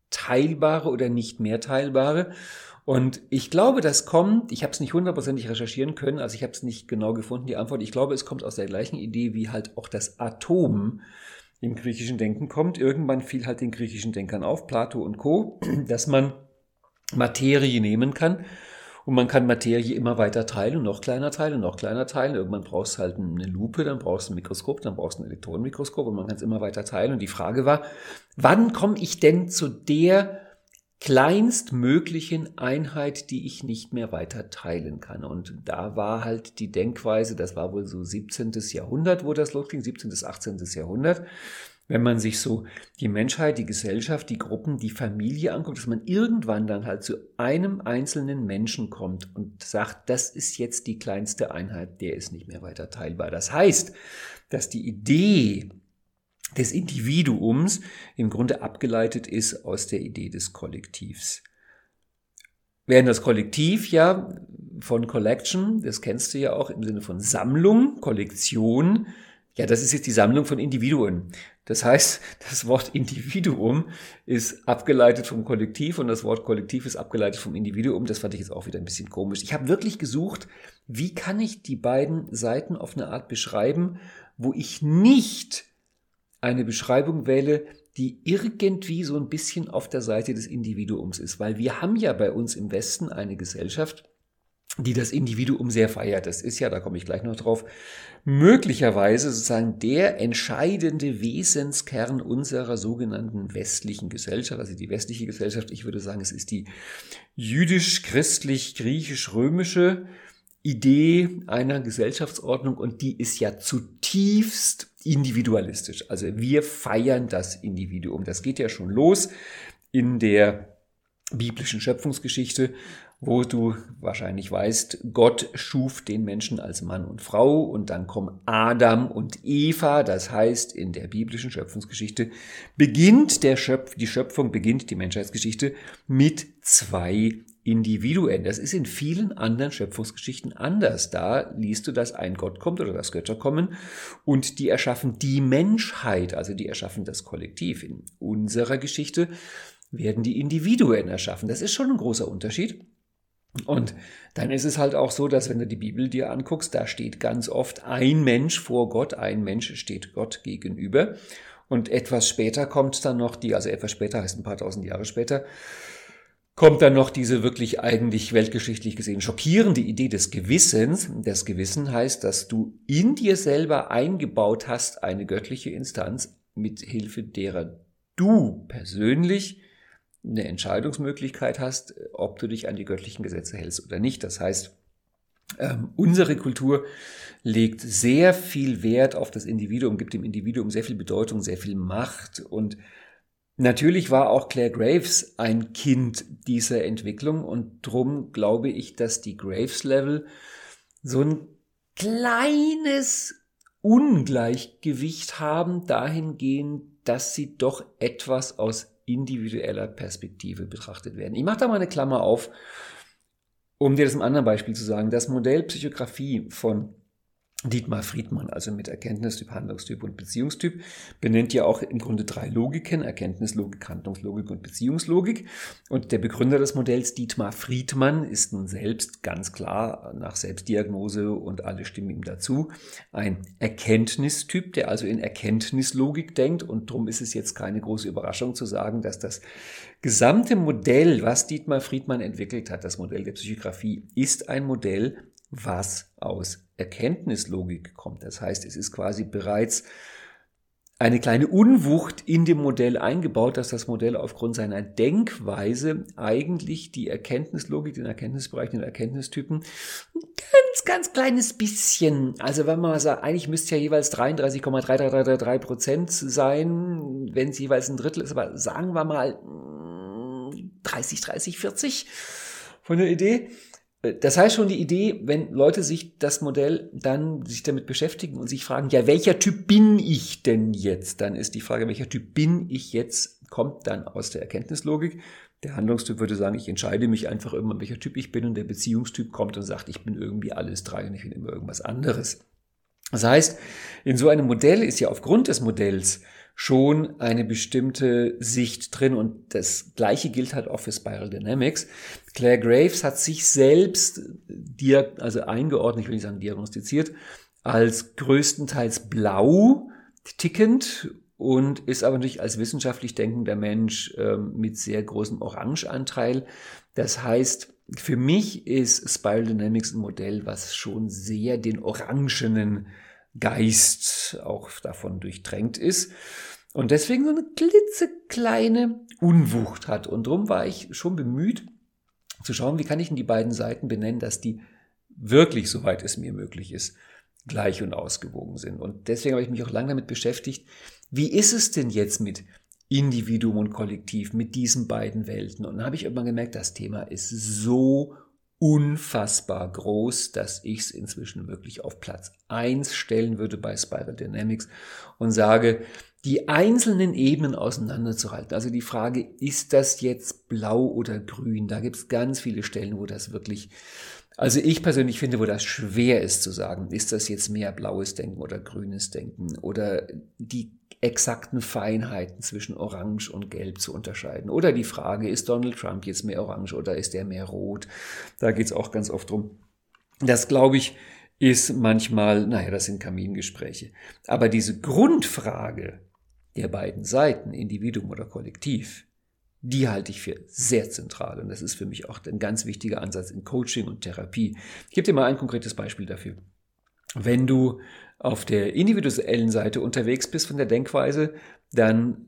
S4: teilbare oder nicht mehr teilbare. Und ich glaube, das kommt, ich habe es nicht hundertprozentig recherchieren können, also ich habe es nicht genau gefunden, die Antwort. Ich glaube, es kommt aus der gleichen Idee, wie halt auch das Atom im griechischen Denken kommt. Irgendwann fiel halt den griechischen Denkern auf, Plato und Co., dass man Materie nehmen kann und man kann Materie immer weiter teilen und noch kleiner teilen und noch kleiner teilen. Irgendwann brauchst du halt eine Lupe, dann brauchst du ein Mikroskop, dann brauchst du ein Elektronenmikroskop und man kann es immer weiter teilen. Und die Frage war, wann komme ich denn zu der kleinstmöglichen Einheit, die ich nicht mehr weiter teilen kann? Und da war halt die Denkweise, das war wohl so siebzehntes Jahrhundert, wo das losging, siebzehntes, achtzehntes Jahrhundert, wenn man sich so die Menschheit, die Gesellschaft, die Gruppen, die Familie anguckt, dass man irgendwann dann halt zu einem einzelnen Menschen kommt und sagt, das ist jetzt die kleinste Einheit, der ist nicht mehr weiter teilbar. Das heißt, dass die Idee des Individuums im Grunde abgeleitet ist aus der Idee des Kollektivs. Während das Kollektiv ja von Collection, das kennst du ja auch im Sinne von Sammlung, Kollektion, ja, das ist jetzt die Sammlung von Individuen. Das heißt, das Wort Individuum ist abgeleitet vom Kollektiv und das Wort Kollektiv ist abgeleitet vom Individuum. Das fand ich jetzt auch wieder ein bisschen komisch. Ich habe wirklich gesucht, wie kann ich die beiden Seiten auf eine Art beschreiben, wo ich nicht eine Beschreibung wähle, die irgendwie so ein bisschen auf der Seite des Individuums ist. Weil wir haben ja bei uns im Westen eine Gesellschaft, die das Individuum sehr feiert. Das ist ja, da komme ich gleich noch drauf, möglicherweise sozusagen der entscheidende Wesenskern unserer sogenannten westlichen Gesellschaft, also die westliche Gesellschaft. Ich würde sagen, es ist die jüdisch-christlich-griechisch-römische Idee einer Gesellschaftsordnung und die ist ja zutiefst individualistisch. Also wir feiern das Individuum. Das geht ja schon los in der biblischen Schöpfungsgeschichte, wo du wahrscheinlich weißt, Gott schuf den Menschen als Mann und Frau und dann kommen Adam und Eva. Das heißt, in der biblischen Schöpfungsgeschichte beginnt der Schöpf, die Schöpfung, beginnt die Menschheitsgeschichte mit zwei Individuen. Das ist in vielen anderen Schöpfungsgeschichten anders. Da liest du, dass ein Gott kommt oder dass Götter kommen und die erschaffen die Menschheit, also die erschaffen das Kollektiv. In unserer Geschichte werden die Individuen erschaffen. Das ist schon ein großer Unterschied. Und dann ist es halt auch so, dass wenn du die Bibel dir anguckst, da steht ganz oft ein Mensch vor Gott, ein Mensch steht Gott gegenüber. Und etwas später kommt dann noch die, also etwas später heißt ein paar tausend Jahre später, kommt dann noch diese wirklich eigentlich weltgeschichtlich gesehen schockierende Idee des Gewissens. Das Gewissen heißt, dass du in dir selber eingebaut hast eine göttliche Instanz, mit Hilfe derer du persönlich eine Entscheidungsmöglichkeit hast, ob du dich an die göttlichen Gesetze hältst oder nicht. Das heißt, ähm, unsere Kultur legt sehr viel Wert auf das Individuum, gibt dem Individuum sehr viel Bedeutung, sehr viel Macht. Und natürlich war auch Clare Graves ein Kind dieser Entwicklung und drum glaube ich, dass die Graves-Level so ein kleines Ungleichgewicht haben dahingehend, dass sie doch etwas aus individueller Perspektive betrachtet werden. Ich mache da mal eine Klammer auf, um dir das im anderen Beispiel zu sagen. Das Modell Psychografie von Dietmar Friedmann, also mit Erkenntnistyp, Handlungstyp und Beziehungstyp, benennt ja auch im Grunde drei Logiken, Erkenntnislogik, Handlungslogik und Beziehungslogik. Und der Begründer des Modells, Dietmar Friedmann, ist nun selbst ganz klar nach Selbstdiagnose und alle stimmen ihm dazu, ein Erkenntnistyp, der also in Erkenntnislogik denkt. Und darum ist es jetzt keine große Überraschung zu sagen, dass das gesamte Modell, was Dietmar Friedmann entwickelt hat, das Modell der Psychografie, ist ein Modell, was aus Erkenntnislogik kommt. Das heißt, es ist quasi bereits eine kleine Unwucht in dem Modell eingebaut, dass das Modell aufgrund seiner Denkweise eigentlich die Erkenntnislogik, den Erkenntnisbereich, den Erkenntnistypen ein ganz, ganz kleines bisschen, also wenn man mal sagt, eigentlich müsste ja jeweils dreiunddreißig Komma drei drei drei drei drei Prozent sein, wenn es jeweils ein Drittel ist, aber sagen wir mal dreißig, dreißig, vierzig von der Idee. Das heißt schon die Idee, wenn Leute sich das Modell dann sich damit beschäftigen und sich fragen, ja, welcher Typ bin ich denn jetzt? Dann ist die Frage, welcher Typ bin ich jetzt, kommt dann aus der Erkenntnislogik. Der Handlungstyp würde sagen, ich entscheide mich einfach immer, welcher Typ ich bin, und der Beziehungstyp kommt und sagt, ich bin irgendwie alles drei und ich bin immer irgendwas anderes. Das heißt, in so einem Modell ist ja aufgrund des Modells schon eine bestimmte Sicht drin und das Gleiche gilt halt auch für Spiral Dynamics. Claire Graves hat sich selbst dia- also eingeordnet, ich will nicht sagen diagnostiziert, als größtenteils blau tickend und ist aber natürlich als wissenschaftlich denkender Mensch äh, mit sehr großem Orangeanteil. Das heißt, für mich ist Spiral Dynamics ein Modell, was schon sehr den orangenen Geist auch davon durchdrängt ist und deswegen so eine klitzekleine Unwucht hat. Und darum war ich schon bemüht zu schauen, wie kann ich denn die beiden Seiten benennen, dass die wirklich, soweit es mir möglich ist, gleich und ausgewogen sind. Und deswegen habe ich mich auch lange damit beschäftigt, wie ist es denn jetzt mit Individuum und Kollektiv, mit diesen beiden Welten? Und dann habe ich irgendwann gemerkt, das Thema ist so unfassbar groß, dass ich es inzwischen wirklich auf Platz eins stellen würde bei Spiral Dynamics und sage, die einzelnen Ebenen auseinanderzuhalten. Also die Frage, ist das jetzt blau oder grün? Da gibt es ganz viele Stellen, wo das wirklich, also ich persönlich finde, wo das schwer ist zu sagen, ist das jetzt mehr blaues Denken oder grünes Denken oder die exakten Feinheiten zwischen Orange und Gelb zu unterscheiden. Oder die Frage, ist Donald Trump jetzt mehr orange oder ist er mehr rot? Da geht es auch ganz oft drum. Das, glaube ich, ist manchmal, naja, das sind Kamingespräche. Aber diese Grundfrage der beiden Seiten, Individuum oder Kollektiv, die halte ich für sehr zentral. Und das ist für mich auch ein ganz wichtiger Ansatz in Coaching und Therapie. Ich gebe dir mal ein konkretes Beispiel dafür. Wenn du auf der individuellen Seite unterwegs bist von der Denkweise, dann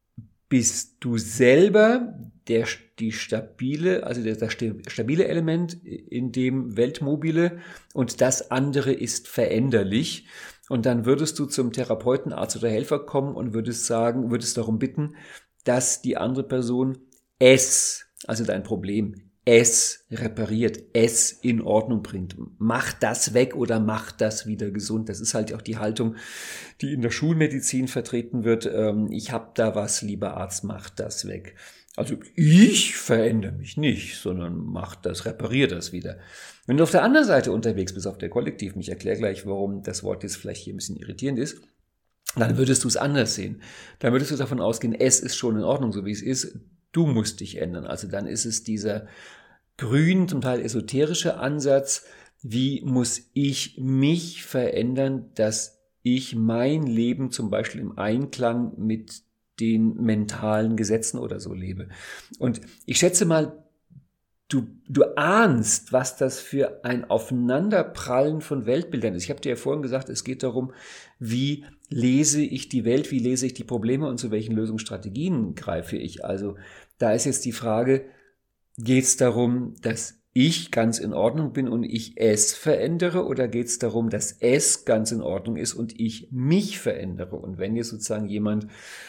S4: bist du selber der, die stabile, also der, das stabile Element in dem Weltmobile und das andere ist veränderlich. Und dann würdest du zum Therapeuten, Arzt oder Helfer kommen und würdest sagen, würdest darum bitten, dass die andere Person es, also dein Problem, es repariert, es in Ordnung bringt. Mach das weg oder mach das wieder gesund. Das ist halt auch die Haltung, die in der Schulmedizin vertreten wird. Ich habe da was, lieber Arzt, mach das weg. Also ich verändere mich nicht, sondern mach das, reparier das wieder. Wenn du auf der anderen Seite unterwegs bist, auf der Kollektiv, ich erkläre gleich, warum das Wort jetzt vielleicht hier ein bisschen irritierend ist, dann würdest du es anders sehen. Dann würdest du davon ausgehen, es ist schon in Ordnung, so wie es ist. Du musst dich ändern. Also dann ist es dieser grün, zum Teil esoterische Ansatz, wie muss ich mich verändern, dass ich mein Leben zum Beispiel im Einklang mit den mentalen Gesetzen oder so lebe. Und ich schätze mal, du, du ahnst, was das für ein Aufeinanderprallen von Weltbildern ist. Ich habe dir ja vorhin gesagt, es geht darum, wie lese ich die Welt, wie lese ich die Probleme und zu welchen Lösungsstrategien greife ich. Also da ist jetzt die Frage, geht es darum, dass ich ganz in Ordnung bin und ich es verändere oder geht es darum, dass es ganz in Ordnung ist und ich mich verändere? Und wenn jetzt sozusagen jemand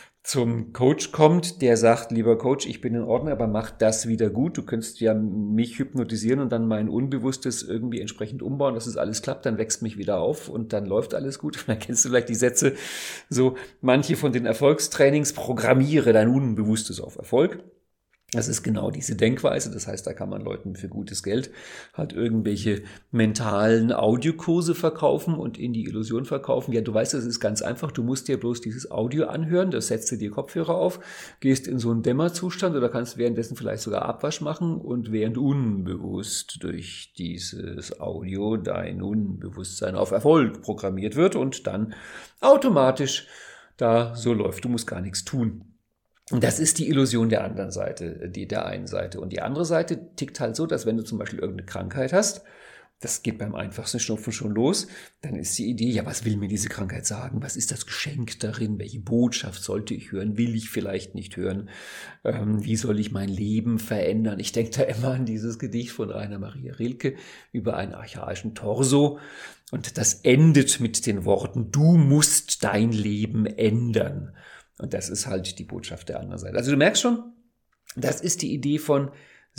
S4: zum Coach kommt, der sagt, lieber Coach, ich bin in Ordnung, aber mach das wieder gut. Du könntest ja mich hypnotisieren und dann mein Unbewusstes irgendwie entsprechend umbauen, dass es alles klappt, dann wächst mich wieder auf und dann läuft alles gut. Und dann kennst du vielleicht die Sätze, so manche von den Erfolgstrainings, programmiere dein Unbewusstes auf Erfolg. Das ist genau diese Denkweise, das heißt, da kann man Leuten für gutes Geld halt irgendwelche mentalen Audiokurse verkaufen und in die Illusion verkaufen. Ja, du weißt, das ist ganz einfach, du musst dir bloß dieses Audio anhören, das setzt du dir Kopfhörer auf, gehst in so einen Dämmerzustand oder kannst währenddessen vielleicht sogar Abwasch machen und während unbewusst durch dieses Audio dein Unbewusstsein auf Erfolg programmiert wird und dann automatisch da so läuft. Du musst gar nichts tun. Und das ist die Illusion der anderen Seite, die der einen Seite. Und die andere Seite tickt halt so, dass wenn du zum Beispiel irgendeine Krankheit hast, das geht beim einfachsten Schnupfen schon los, dann ist die Idee, ja, was will mir diese Krankheit sagen? Was ist das Geschenk darin? Welche Botschaft sollte ich hören? Will ich vielleicht nicht hören? Ähm, wie soll ich mein Leben verändern? Ich denke da immer an dieses Gedicht von Rainer Maria Rilke über einen archaischen Torso. Und das endet mit den Worten, du musst dein Leben ändern. Und das ist halt die Botschaft der anderen Seite. Also du merkst schon, das ist die Idee von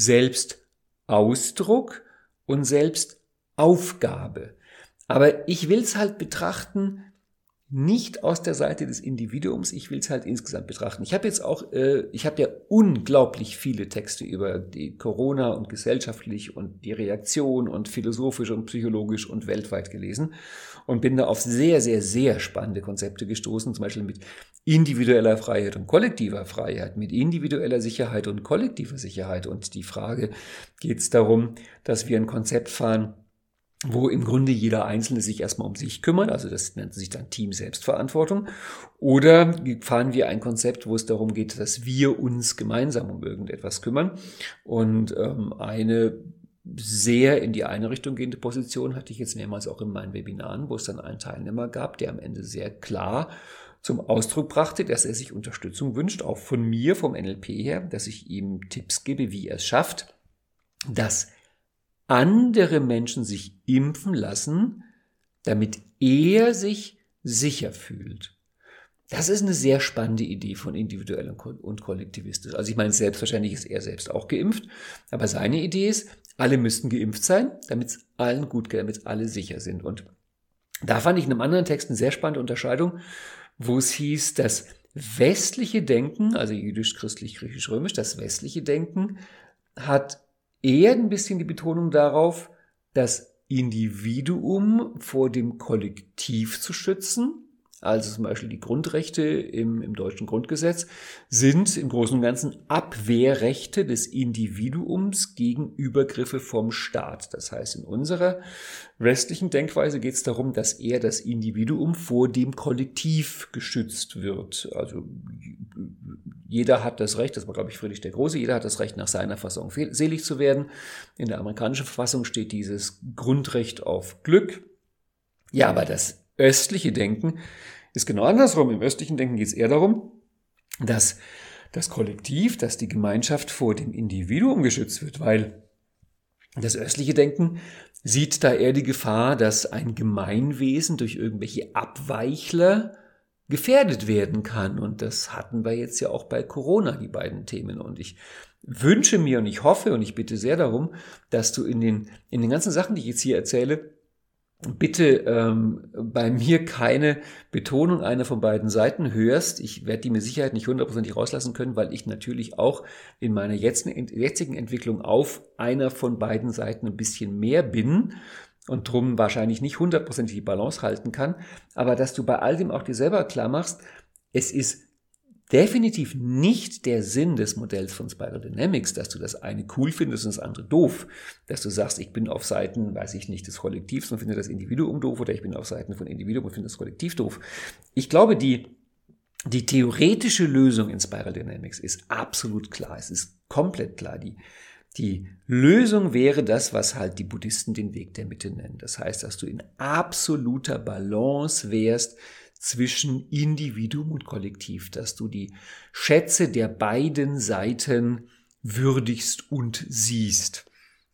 S4: Selbstausdruck und Selbstaufgabe. Aber ich will es halt betrachten, nicht aus der Seite des Individuums, ich will es halt insgesamt betrachten. Ich habe jetzt auch, äh, ich habe ja unglaublich viele Texte über die Corona und gesellschaftlich und die Reaktion und philosophisch und psychologisch und weltweit gelesen und bin da auf sehr, sehr, sehr spannende Konzepte gestoßen, zum Beispiel mit individueller Freiheit und kollektiver Freiheit, mit individueller Sicherheit und kollektiver Sicherheit. Und die Frage, geht es darum, dass wir ein Konzept fahren, wo im Grunde jeder Einzelne sich erstmal um sich kümmert, also das nennt sich dann Team Selbstverantwortung, oder fahren wir ein Konzept, wo es darum geht, dass wir uns gemeinsam um irgendetwas kümmern. Und ähm, eine sehr in die eine Richtung gehende Position hatte ich jetzt mehrmals auch in meinen Webinaren, wo es dann einen Teilnehmer gab, der am Ende sehr klar zum Ausdruck brachte, dass er sich Unterstützung wünscht, auch von mir, vom N L P her, dass ich ihm Tipps gebe, wie er es schafft, dass andere Menschen sich impfen lassen, damit er sich sicher fühlt. Das ist eine sehr spannende Idee von individuell und kollektivistisch. Also ich meine, selbstverständlich ist er selbst auch geimpft, aber seine Idee ist, alle müssten geimpft sein, damit es allen gut geht, damit alle sicher sind. Und da fand ich in einem anderen Text eine sehr spannende Unterscheidung, wo es hieß, das westliche Denken, also jüdisch, christlich, griechisch, römisch, das westliche Denken hat eher ein bisschen die Betonung darauf, das Individuum vor dem Kollektiv zu schützen. Also zum Beispiel die Grundrechte im, im deutschen Grundgesetz sind im Großen und Ganzen Abwehrrechte des Individuums gegen Übergriffe vom Staat. Das heißt, in unserer westlichen Denkweise geht es darum, dass eher das Individuum vor dem Kollektiv geschützt wird. Also jeder hat das Recht, das war, glaube ich, Friedrich der Große, jeder hat das Recht, nach seiner Fassung selig zu werden. In der amerikanischen Verfassung steht dieses Grundrecht auf Glück. Ja, aber das östliche Denken ist genau andersrum. Im östlichen Denken geht es eher darum, dass das Kollektiv, dass die Gemeinschaft vor dem Individuum geschützt wird, weil das östliche Denken sieht da eher die Gefahr, dass ein Gemeinwesen durch irgendwelche Abweichler gefährdet werden kann. Und das hatten wir jetzt ja auch bei Corona, die beiden Themen. Und ich wünsche mir und ich hoffe und ich bitte sehr darum, dass du in den, in den ganzen Sachen, die ich jetzt hier erzähle, bitte ähm, bei mir keine Betonung einer von beiden Seiten hörst. Ich werde die mit Sicherheit nicht hundertprozentig rauslassen können, weil ich natürlich auch in meiner jetzigen Entwicklung auf einer von beiden Seiten ein bisschen mehr bin und drum wahrscheinlich nicht hundertprozentig die Balance halten kann. Aber dass du bei all dem auch dir selber klar machst, es ist definitiv nicht der Sinn des Modells von Spiral Dynamics, dass du das eine cool findest und das andere doof. Dass du sagst, ich bin auf Seiten, weiß ich nicht, des Kollektivs und finde das Individuum doof oder ich bin auf Seiten von Individuum und finde das Kollektiv doof. Ich glaube, die, die theoretische Lösung in Spiral Dynamics ist absolut klar. Es ist komplett klar. Die, die Lösung wäre das, was halt die Buddhisten den Weg der Mitte nennen. Das heißt, dass du in absoluter Balance wärst zwischen Individuum und Kollektiv, dass du die Schätze der beiden Seiten würdigst und siehst.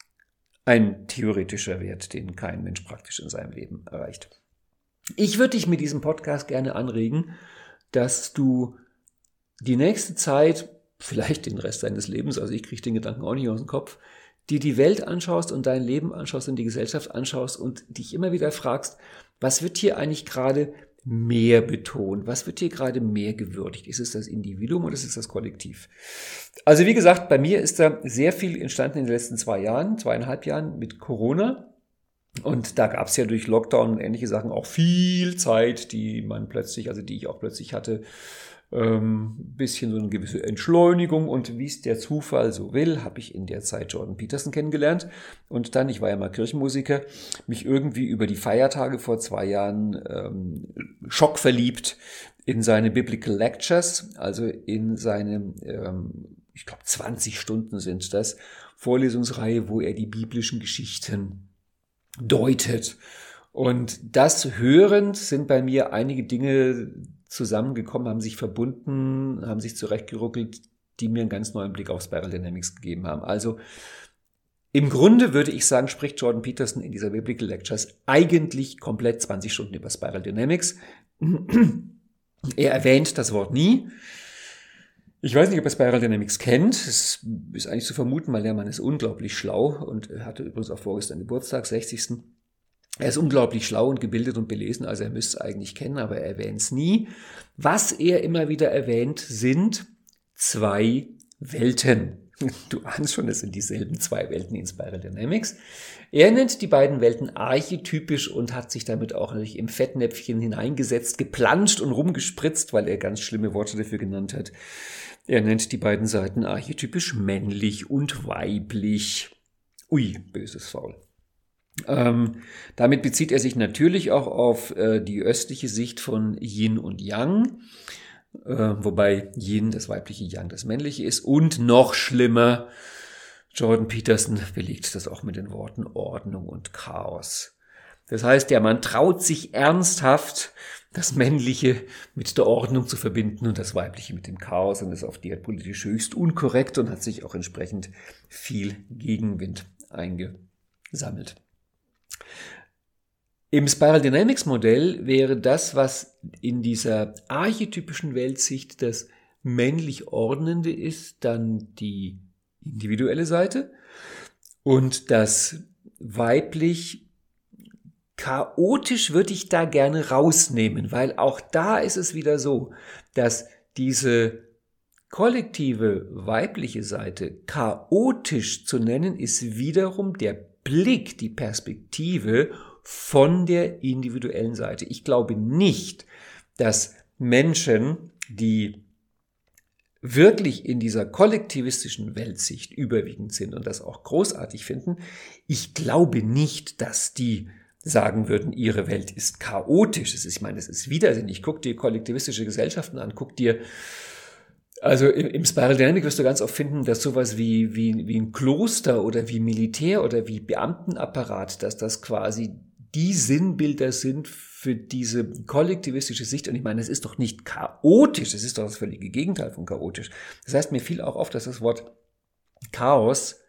S4: Ein theoretischer Wert, den kein Mensch praktisch in seinem Leben erreicht. Ich würde dich mit diesem Podcast gerne anregen, dass du die nächste Zeit, vielleicht den Rest deines Lebens, also ich kriege den Gedanken auch nicht aus dem Kopf, dir die Welt anschaust und dein Leben anschaust und die Gesellschaft anschaust und dich immer wieder fragst, was wird hier eigentlich gerade mehr betont? Was wird hier gerade mehr gewürdigt? Ist es das Individuum oder ist es das Kollektiv? Also wie gesagt, bei mir ist da sehr viel entstanden in den letzten zwei Jahren, zweieinhalb Jahren mit Corona. Und da gab es ja durch Lockdown und ähnliche Sachen auch viel Zeit, die man plötzlich, also die ich auch plötzlich hatte, ähm, bisschen so eine gewisse Entschleunigung. Und wie es der Zufall so will, habe ich in der Zeit Jordan Peterson kennengelernt. Und dann, ich war ja mal Kirchenmusiker, mich irgendwie über die Feiertage vor zwei Jahren ähm, schockverliebt in seine Biblical Lectures, also in seine, ähm, ich glaube zwanzig Stunden sind das, Vorlesungsreihe, wo er die biblischen Geschichten deutet. Und das hörend sind bei mir einige Dinge zusammengekommen, haben sich verbunden, haben sich zurechtgeruckelt, die mir einen ganz neuen Blick auf Spiral Dynamics gegeben haben. Also im Grunde würde ich sagen, spricht Jordan Peterson in dieser Biblical Lectures eigentlich komplett zwanzig Stunden über Spiral Dynamics. Er erwähnt das Wort nie. Ich weiß nicht, ob er Spiral Dynamics kennt. Es ist eigentlich zu vermuten, weil der Mann ist unglaublich schlau und er hatte übrigens auch vorgestern Geburtstag, sechzigsten Er ist unglaublich schlau und gebildet und belesen, also er müsste es eigentlich kennen, aber er erwähnt es nie. Was er immer wieder erwähnt, sind zwei Welten. Du ahnst schon, es sind dieselben zwei Welten in Spiral Dynamics. Er nennt die beiden Welten archetypisch und hat sich damit auch natürlich im Fettnäpfchen hineingesetzt, geplanscht und rumgespritzt, weil er ganz schlimme Worte dafür genannt hat. Er nennt die beiden Seiten archetypisch männlich und weiblich. Ui, böses Faul. Ähm, damit bezieht er sich natürlich auch auf äh, die östliche Sicht von Yin und Yang, äh, wobei Yin das weibliche, Yang das männliche ist. Und noch schlimmer, Jordan Peterson belegt das auch mit den Worten Ordnung und Chaos. Das heißt, der Mann traut sich ernsthaft, das Männliche mit der Ordnung zu verbinden und das Weibliche mit dem Chaos und ist auf die Art politisch höchst unkorrekt und hat sich auch entsprechend viel Gegenwind eingesammelt. Im Spiral Dynamics Modell wäre das, was in dieser archetypischen Weltsicht das männlich Ordnende ist, dann die individuelle Seite und das weiblich chaotisch würde ich da gerne rausnehmen, weil auch da ist es wieder so, dass diese kollektive weibliche Seite chaotisch zu nennen, ist wiederum der Blick, die Perspektive von der individuellen Seite. Ich glaube nicht, dass Menschen, die wirklich in dieser kollektivistischen Weltsicht überwiegend sind und das auch großartig finden, ich glaube nicht, dass die sagen würden, ihre Welt ist chaotisch. Das ist, ich meine, das ist widersinnig. Guck dir kollektivistische Gesellschaften an, guck dir, also im, im Spiral Dynamic wirst du ganz oft finden, dass sowas wie, wie, wie ein Kloster oder wie Militär oder wie Beamtenapparat, dass das quasi die Sinnbilder sind für diese kollektivistische Sicht. Und ich meine, es ist doch nicht chaotisch, es ist doch das völlige Gegenteil von chaotisch. Das heißt, mir fiel auch auf, dass das Wort Chaos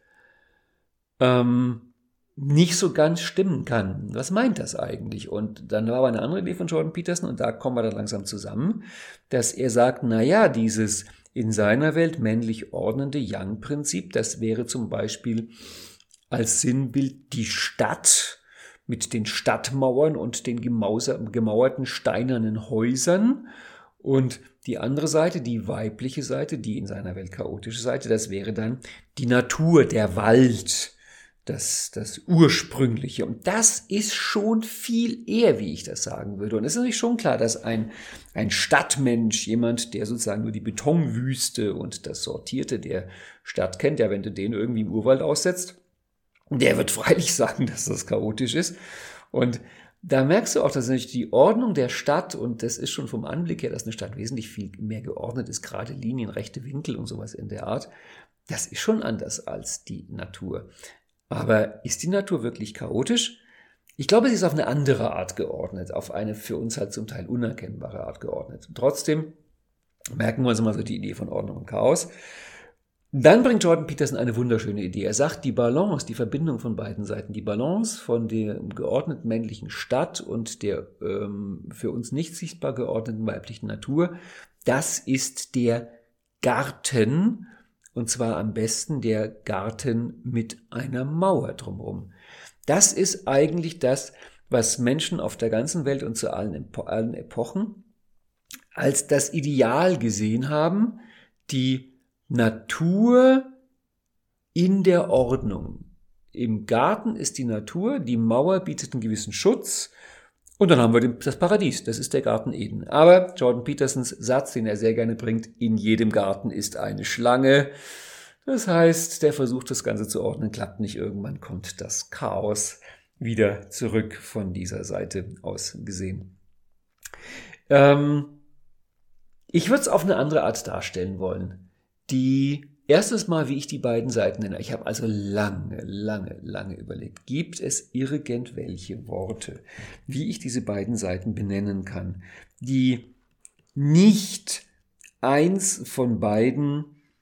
S4: ähm, nicht so ganz stimmen kann. Was meint das eigentlich? Und dann war aber eine andere Idee von Jordan Peterson und da kommen wir dann langsam zusammen, dass er sagt, na ja, dieses in seiner Welt männlich ordnende Yang-Prinzip, das wäre zum Beispiel als Sinnbild die Stadt mit den Stadtmauern und den gemauerten steinernen Häusern und die andere Seite, die weibliche Seite, die in seiner Welt chaotische Seite, das wäre dann die Natur, der Wald, Das, das Ursprüngliche. Und das ist schon viel eher, wie ich das sagen würde. Und es ist natürlich schon klar, dass ein, ein Stadtmensch, jemand, der sozusagen nur die Betonwüste und das Sortierte der Stadt kennt, ja, wenn du den irgendwie im Urwald aussetzt, der wird freilich sagen, dass das chaotisch ist. Und da merkst du auch, dass natürlich die Ordnung der Stadt, und das ist schon vom Anblick her, dass eine Stadt wesentlich viel mehr geordnet ist, gerade Linien, rechte Winkel und sowas in der Art, das ist schon anders als die Natur. Aber ist die Natur wirklich chaotisch? Ich glaube, sie ist auf eine andere Art geordnet, auf eine für uns halt zum Teil unerkennbare Art geordnet. Und trotzdem merken wir uns mal so die Idee von Ordnung und Chaos. Dann bringt Jordan Peterson eine wunderschöne Idee. Er sagt, die Balance, die Verbindung von beiden Seiten, die Balance von der geordneten männlichen Stadt und der ähm, für uns nicht sichtbar geordneten weiblichen Natur, das ist der Garten. Und zwar am besten der Garten mit einer Mauer drumherum. Das ist eigentlich das, was Menschen auf der ganzen Welt und zu allen, Epo- allen Epochen als das Ideal gesehen haben, die Natur in der Ordnung. Im Garten ist die Natur, die Mauer bietet einen gewissen Schutz und dann haben wir das Paradies, das ist der Garten Eden. Aber Jordan Petersons Satz, den er sehr gerne bringt, in jedem Garten ist eine Schlange. Das heißt, der Versuch, das Ganze zu ordnen, klappt nicht. Irgendwann kommt das Chaos wieder zurück von dieser Seite aus gesehen. Ähm, ich würde es auf eine andere Art darstellen wollen. Die Erstes Mal, wie ich die beiden Seiten nenne. Ich habe also lange, lange, lange überlegt. Gibt es irgendwelche Worte, wie ich diese beiden Seiten benennen kann, die nicht eins von beiden,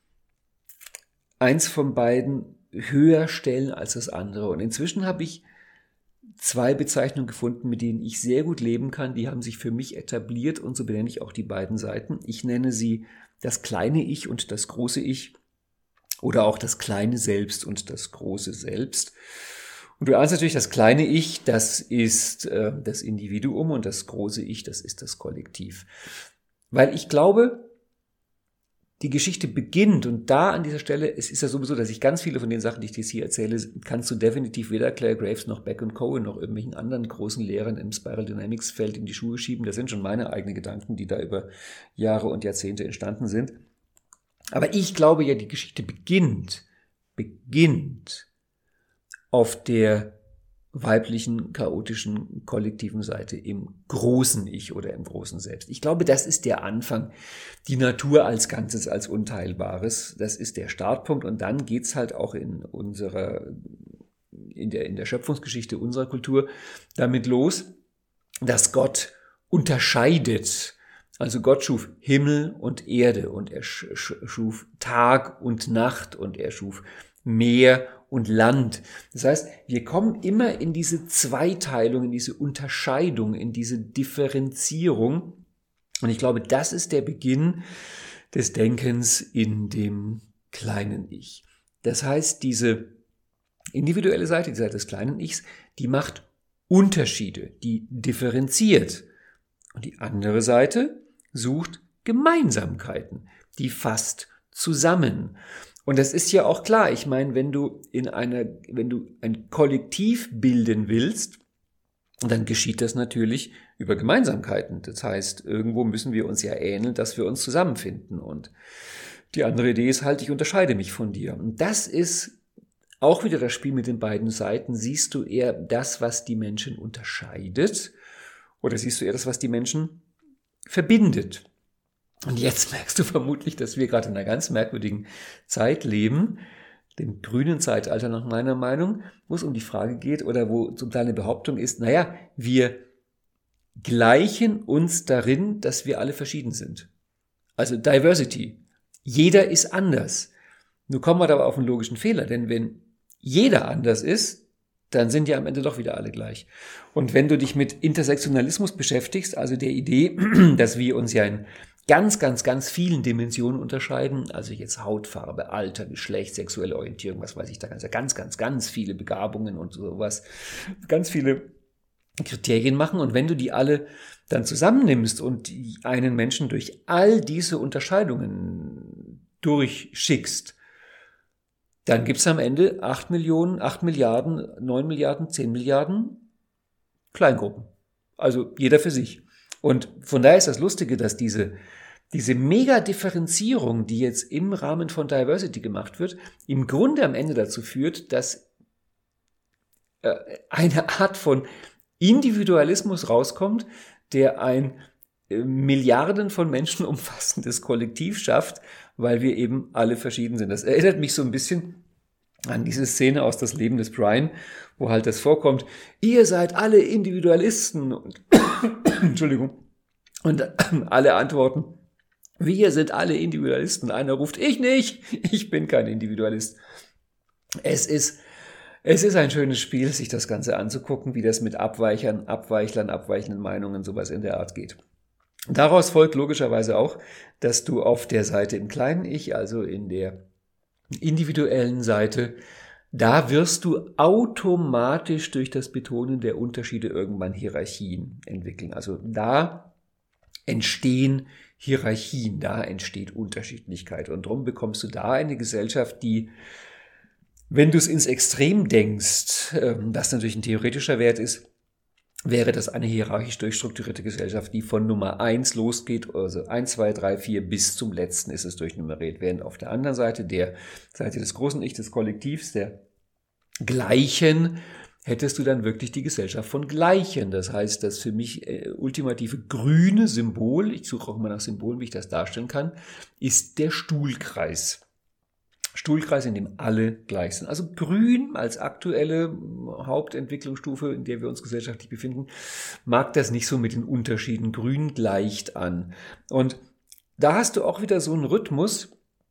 S4: eins von beiden höher stellen als das andere? Und inzwischen habe ich zwei Bezeichnungen gefunden, mit denen ich sehr gut leben kann. Die haben sich für mich etabliert und so benenne ich auch die beiden Seiten. Ich nenne sie das kleine Ich und das große Ich. Oder auch das kleine Selbst und das große Selbst. Und du ahnst natürlich, das kleine Ich, das ist äh, das Individuum und das große Ich, das ist das Kollektiv. Weil ich glaube, die Geschichte beginnt und da an dieser Stelle, es ist ja sowieso, dass ich ganz viele von den Sachen, die ich dir hier erzähle, kannst du definitiv weder Claire Graves noch Beck und Cohen noch irgendwelchen anderen großen Lehrern im Spiral Dynamics Feld in die Schuhe schieben. Das sind schon meine eigenen Gedanken, die da über Jahre und Jahrzehnte entstanden sind. Aber ich glaube ja, die Geschichte beginnt, beginnt auf der weiblichen, chaotischen, kollektiven Seite im großen Ich oder im großen Selbst. Ich glaube, das ist der Anfang. Die Natur als Ganzes, als Unteilbares, das ist der Startpunkt. Und dann geht's halt auch in unserer, in der, in der Schöpfungsgeschichte unserer Kultur damit los, dass Gott unterscheidet. Also Gott schuf Himmel und Erde und er schuf Tag und Nacht und er schuf Meer und Land. Das heißt, wir kommen immer in diese Zweiteilung, in diese Unterscheidung, in diese Differenzierung. Und ich glaube, das ist der Beginn des Denkens in dem kleinen Ich. Das heißt, diese individuelle Seite, die Seite des kleinen Ichs, die macht Unterschiede, die differenziert. Und die andere Seite sucht Gemeinsamkeiten, die fasst zusammen. Und das ist ja auch klar. Ich meine, wenn du in einer, wenn du ein Kollektiv bilden willst, dann geschieht das natürlich über Gemeinsamkeiten. Das heißt, irgendwo müssen wir uns ja ähneln, dass wir uns zusammenfinden. Und die andere Idee ist halt, ich unterscheide mich von dir. Und das ist auch wieder das Spiel mit den beiden Seiten. Siehst du eher das, was die Menschen unterscheidet, oder siehst du eher das, was die Menschen verbindet? Und jetzt merkst du vermutlich, dass wir gerade in einer ganz merkwürdigen Zeit leben, dem grünen Zeitalter nach meiner Meinung, wo es um die Frage geht oder wo zum Teil eine Behauptung ist, naja, wir gleichen uns darin, dass wir alle verschieden sind. Also Diversity. Jeder ist anders. Nun kommen wir aber auf einen logischen Fehler, denn wenn jeder anders ist, dann sind ja am Ende doch wieder alle gleich. Und wenn du dich mit Intersektionalismus beschäftigst, also der Idee, dass wir uns ja in ganz, ganz, ganz vielen Dimensionen unterscheiden, also jetzt Hautfarbe, Alter, Geschlecht, sexuelle Orientierung, was weiß ich, da ganz, ganz, ganz, ganz viele Begabungen und sowas, ganz viele Kriterien machen. Und wenn du die alle dann zusammennimmst und einen Menschen durch all diese Unterscheidungen durchschickst, dann gibt es am Ende acht Millionen, acht Milliarden, neun Milliarden, zehn Milliarden Kleingruppen. Also jeder für sich. Und von daher ist das Lustige, dass diese, diese Mega-Differenzierung, die jetzt im Rahmen von Diversity gemacht wird, im Grunde am Ende dazu führt, dass äh, eine Art von Individualismus rauskommt, der ein äh, Milliarden von Menschen umfassendes Kollektiv schafft, weil wir eben alle verschieden sind. Das erinnert mich so ein bisschen an diese Szene aus Das Leben des Brian, wo halt das vorkommt, ihr seid alle Individualisten und Entschuldigung, und alle antworten, wir sind alle Individualisten. Einer ruft, ich nicht, ich bin kein Individualist. Es ist, es ist ein schönes Spiel, sich das Ganze anzugucken, wie das mit Abweichern, Abweichlern, abweichenden Meinungen, sowas in der Art geht. Daraus folgt logischerweise auch, dass du auf der Seite im kleinen Ich, also in der individuellen Seite, da wirst du automatisch durch das Betonen der Unterschiede irgendwann Hierarchien entwickeln. Also da entstehen Hierarchien, da entsteht Unterschiedlichkeit. Und darum bekommst du da eine Gesellschaft, die, wenn du es ins Extrem denkst, das natürlich ein theoretischer Wert ist, wäre das eine hierarchisch durchstrukturierte Gesellschaft, die von Nummer eins losgeht, also eins, zwei, drei, vier, bis zum letzten ist es durchnummeriert. Während auf der anderen Seite, der Seite des großen Ich, des Kollektivs, der Gleichen, hättest du dann wirklich die Gesellschaft von Gleichen. Das heißt, das für mich äh, ultimative grüne Symbol, ich suche auch immer nach Symbolen, wie ich das darstellen kann, ist der Stuhlkreis. Stuhlkreis, in dem alle gleich sind. Also grün als aktuelle Hauptentwicklungsstufe, in der wir uns gesellschaftlich befinden, mag das nicht so mit den Unterschieden. Grün gleicht an. Und da hast du auch wieder so einen Rhythmus,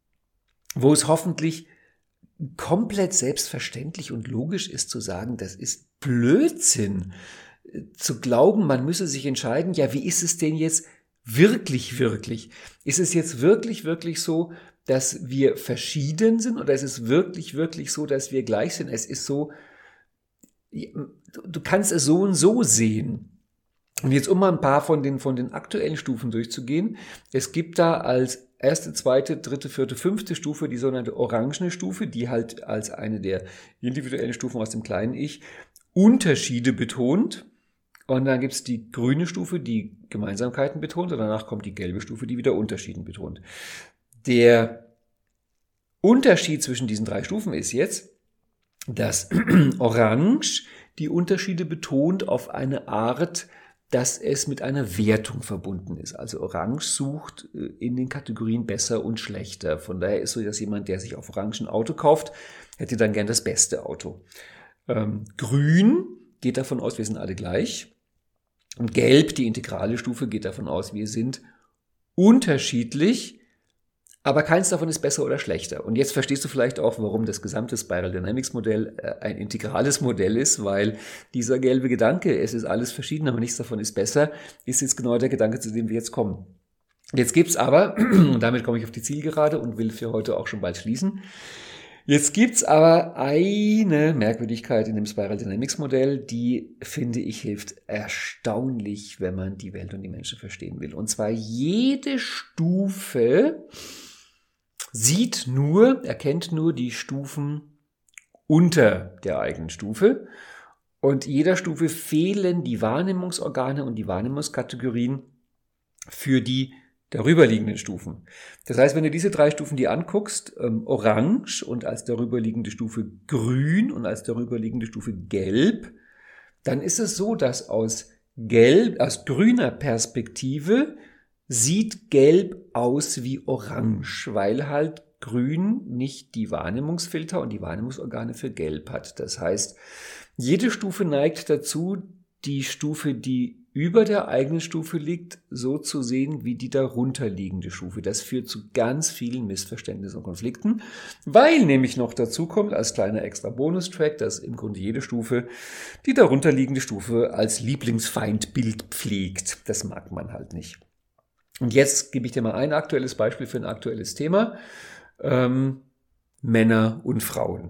S4: wo es hoffentlich komplett selbstverständlich und logisch ist zu sagen, das ist Blödsinn. Zu glauben, man müsse sich entscheiden, ja, wie ist es denn jetzt wirklich, wirklich? Ist es jetzt wirklich, wirklich so, dass wir verschieden sind oder ist es wirklich, wirklich so, dass wir gleich sind? Es ist so, du kannst es so und so sehen. Und jetzt um mal ein paar von den, von den aktuellen Stufen durchzugehen. Es gibt da als erste, zweite, dritte, vierte, fünfte Stufe die sogenannte orangene Stufe, die halt als eine der individuellen Stufen aus dem kleinen Ich Unterschiede betont. Und dann gibt es die grüne Stufe, die Gemeinsamkeiten betont. Und danach kommt die gelbe Stufe, die wieder Unterschieden betont. Der Unterschied zwischen diesen drei Stufen ist jetzt, dass Orange die Unterschiede betont auf eine Art, dass es mit einer Wertung verbunden ist. Also Orange sucht in den Kategorien besser und schlechter. Von daher ist so, dass jemand, der sich auf Orange ein Auto kauft, hätte dann gern das beste Auto. Ähm, Grün geht davon aus, wir sind alle gleich. Und Gelb, die integrale Stufe, geht davon aus, wir sind unterschiedlich, aber keins davon ist besser oder schlechter. Und jetzt verstehst du vielleicht auch, warum das gesamte Spiral Dynamics Modell ein integrales Modell ist, weil dieser gelbe Gedanke, es ist alles verschieden, aber nichts davon ist besser, ist jetzt genau der Gedanke, zu dem wir jetzt kommen. Jetzt gibt's aber, und damit komme ich auf die Zielgerade und will für heute auch schon bald schließen, jetzt gibt's aber eine Merkwürdigkeit in dem Spiral Dynamics Modell, die, finde ich, hilft erstaunlich, wenn man die Welt und die Menschen verstehen will. Und zwar jede Stufe sieht nur, erkennt nur die Stufen unter der eigenen Stufe. Und jeder Stufe fehlen die Wahrnehmungsorgane und die Wahrnehmungskategorien für die darüberliegenden Stufen. Das heißt, wenn du diese drei Stufen dir anguckst, ähm, orange und als darüberliegende Stufe grün und als darüberliegende Stufe gelb, dann ist es so, dass aus gelb, aus grüner Perspektive sieht gelb aus wie orange, weil halt grün nicht die Wahrnehmungsfilter und die Wahrnehmungsorgane für gelb hat. Das heißt, jede Stufe neigt dazu, die Stufe, die über der eigenen Stufe liegt, so zu sehen wie die darunterliegende Stufe. Das führt zu ganz vielen Missverständnissen und Konflikten, weil nämlich noch dazu kommt, als kleiner extra Bonustrack, dass im Grunde jede Stufe die darunterliegende Stufe als Lieblingsfeindbild pflegt. Das mag man halt nicht. Und jetzt gebe ich dir mal ein aktuelles Beispiel für ein aktuelles Thema. Ähm, Männer und Frauen.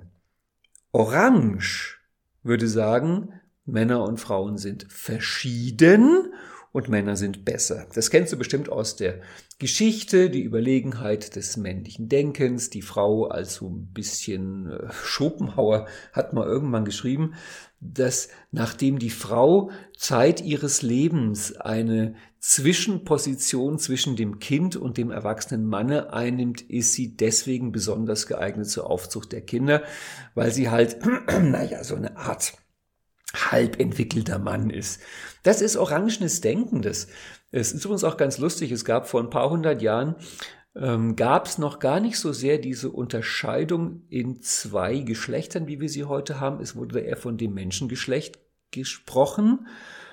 S4: Orange würde sagen, Männer und Frauen sind verschieden und Männer sind besser. Das kennst du bestimmt aus der Geschichte, die Überlegenheit des männlichen Denkens. Die Frau als so ein bisschen äh, Schopenhauer hat mal irgendwann geschrieben, dass nachdem die Frau Zeit ihres Lebens eine Zwischenposition zwischen dem Kind und dem erwachsenen Manne einnimmt, ist sie deswegen besonders geeignet zur Aufzucht der Kinder, weil sie halt, naja, so eine Art halb entwickelter Mann ist. Das ist orangenes Denken. Das es ist übrigens auch ganz lustig. Es gab vor ein paar hundert Jahren, ähm, gab es noch gar nicht so sehr diese Unterscheidung in zwei Geschlechtern, wie wir sie heute haben. Es wurde eher von dem Menschengeschlecht gesprochen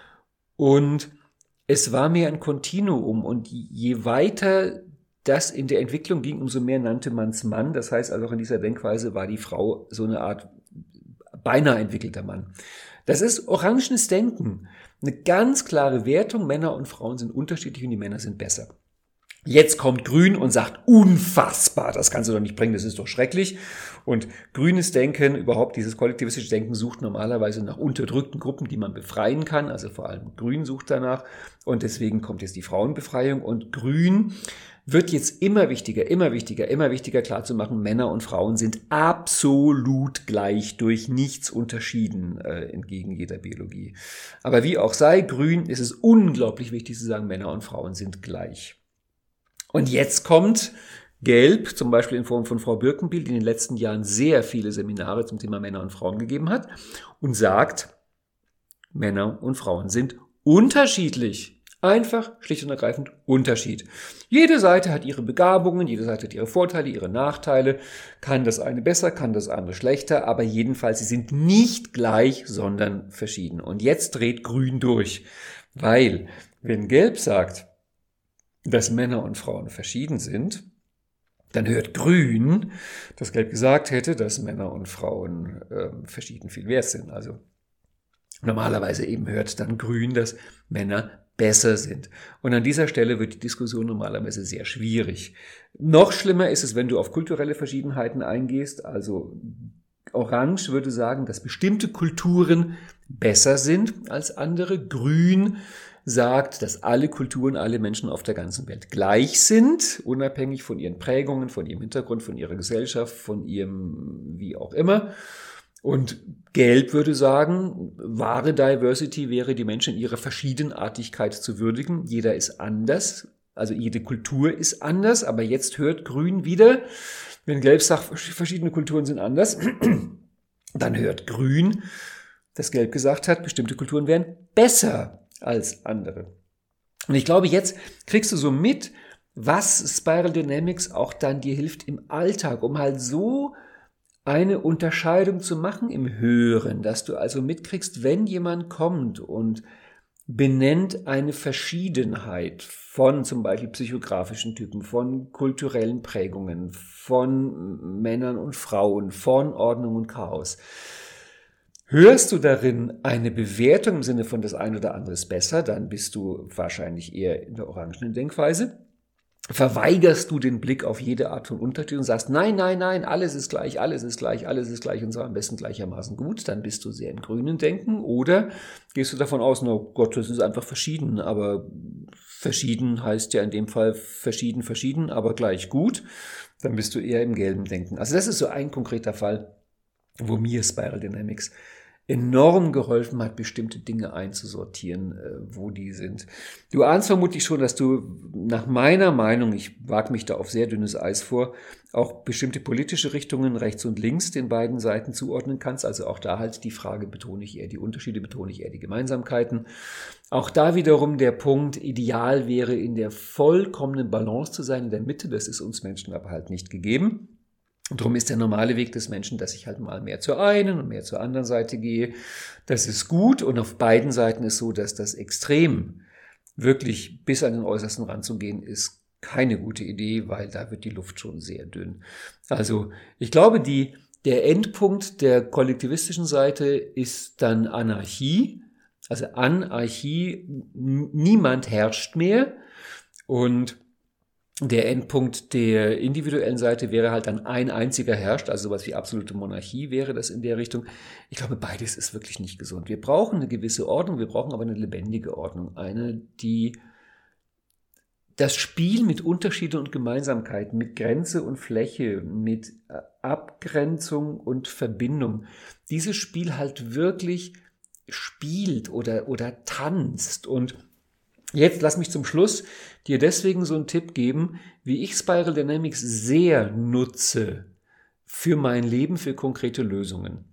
S4: und es war mehr ein Kontinuum. Und je weiter das in der Entwicklung ging, umso mehr nannte man es Mann. Das heißt also auch in dieser Denkweise war die Frau so eine Art beinahe entwickelter Mann. Das ist orangenes Denken. Eine ganz klare Wertung, Männer und Frauen sind unterschiedlich und die Männer sind besser. Jetzt kommt Grün und sagt, unfassbar, das kannst du doch nicht bringen, das ist doch schrecklich. Und grünes Denken, überhaupt dieses kollektivistische Denken, sucht normalerweise nach unterdrückten Gruppen, die man befreien kann. Also vor allem Grün sucht danach. Und deswegen kommt jetzt die Frauenbefreiung. Und Grün wird jetzt immer wichtiger, immer wichtiger, immer wichtiger klarzumachen, Männer und Frauen sind absolut gleich, durch nichts unterschieden, äh, entgegen jeder Biologie. Aber wie auch sei, Grün ist es unglaublich wichtig zu sagen, Männer und Frauen sind gleich. Und jetzt kommt Gelb, zum Beispiel in Form von Frau Birkenbiel, die in den letzten Jahren sehr viele Seminare zum Thema Männer und Frauen gegeben hat und sagt, Männer und Frauen sind unterschiedlich. Einfach, schlicht und ergreifend Unterschied. Jede Seite hat ihre Begabungen, jede Seite hat ihre Vorteile, ihre Nachteile, kann das eine besser, kann das andere schlechter, aber jedenfalls, sie sind nicht gleich, sondern verschieden. Und jetzt dreht Grün durch, weil, wenn Gelb sagt, dass Männer und Frauen verschieden sind, dann hört Grün, dass Gelb gesagt hätte, dass Männer und Frauen äh, verschieden viel wert sind. Also normalerweise eben hört dann Grün, dass Männer besser sind. Und an dieser Stelle wird die Diskussion normalerweise sehr schwierig. Noch schlimmer ist es, wenn du auf kulturelle Verschiedenheiten eingehst, also Orange würde sagen, dass bestimmte Kulturen besser sind als andere. Grün sagt, dass alle Kulturen, alle Menschen auf der ganzen Welt gleich sind, unabhängig von ihren Prägungen, von ihrem Hintergrund, von ihrer Gesellschaft, von ihrem wie auch immer. Und Gelb würde sagen, wahre Diversity wäre, die Menschen in ihrer Verschiedenartigkeit zu würdigen. Jeder ist anders, also jede Kultur ist anders, aber jetzt hört Grün wieder, wenn Gelb sagt, verschiedene Kulturen sind anders, dann hört Grün, dass Gelb gesagt hat, bestimmte Kulturen wären besser als andere. Und ich glaube, jetzt kriegst du so mit, was Spiral Dynamics auch dann dir hilft im Alltag, um halt so eine Unterscheidung zu machen im Hören, dass du also mitkriegst, wenn jemand kommt und benennt eine Verschiedenheit von zum Beispiel psychografischen Typen, von kulturellen Prägungen, von Männern und Frauen, von Ordnung und Chaos. Hörst du darin eine Bewertung im Sinne von das eine oder andere ist besser, dann bist du wahrscheinlich eher in der orangenen Denkweise. Verweigerst du den Blick auf jede Art von Unterschied und sagst, nein, nein, nein, alles ist gleich, alles ist gleich, alles ist gleich und zwar am besten gleichermaßen gut, dann bist du sehr im grünen Denken. Oder gehst du davon aus, oh Gott, das ist einfach verschieden, aber verschieden heißt ja in dem Fall verschieden, verschieden, aber gleich gut, dann bist du eher im gelben Denken. Also das ist so ein konkreter Fall, wo mir Spiral Dynamics enorm geholfen hat, bestimmte Dinge einzusortieren, wo die sind. Du ahnst vermutlich schon, dass du nach meiner Meinung, ich wage mich da auf sehr dünnes Eis vor, auch bestimmte politische Richtungen rechts und links den beiden Seiten zuordnen kannst. Also auch da halt die Frage, betone ich eher die Unterschiede, betone ich eher die Gemeinsamkeiten. Auch da wiederum der Punkt, ideal wäre, in der vollkommenen Balance zu sein, in der Mitte. Das ist uns Menschen aber halt nicht gegeben. Und darum ist der normale Weg des Menschen, dass ich halt mal mehr zur einen und mehr zur anderen Seite gehe. Das ist gut und auf beiden Seiten ist so, dass das Extrem wirklich bis an den äußersten Rand zu gehen, ist keine gute Idee, weil da wird die Luft schon sehr dünn. Also ich glaube, die, der Endpunkt der kollektivistischen Seite ist dann Anarchie. Also Anarchie, niemand herrscht mehr und der Endpunkt der individuellen Seite wäre halt dann ein einziger herrscht, also sowas wie absolute Monarchie wäre das in der Richtung. Ich glaube, beides ist wirklich nicht gesund. Wir brauchen eine gewisse Ordnung, wir brauchen aber eine lebendige Ordnung. Eine, die das Spiel mit Unterschieden und Gemeinsamkeiten, mit Grenze und Fläche, mit Abgrenzung und Verbindung, dieses Spiel halt wirklich spielt oder, oder tanzt. Und jetzt lass mich zum Schluss dir deswegen so einen Tipp geben, wie ich Spiral Dynamics sehr nutze für mein Leben, für konkrete Lösungen.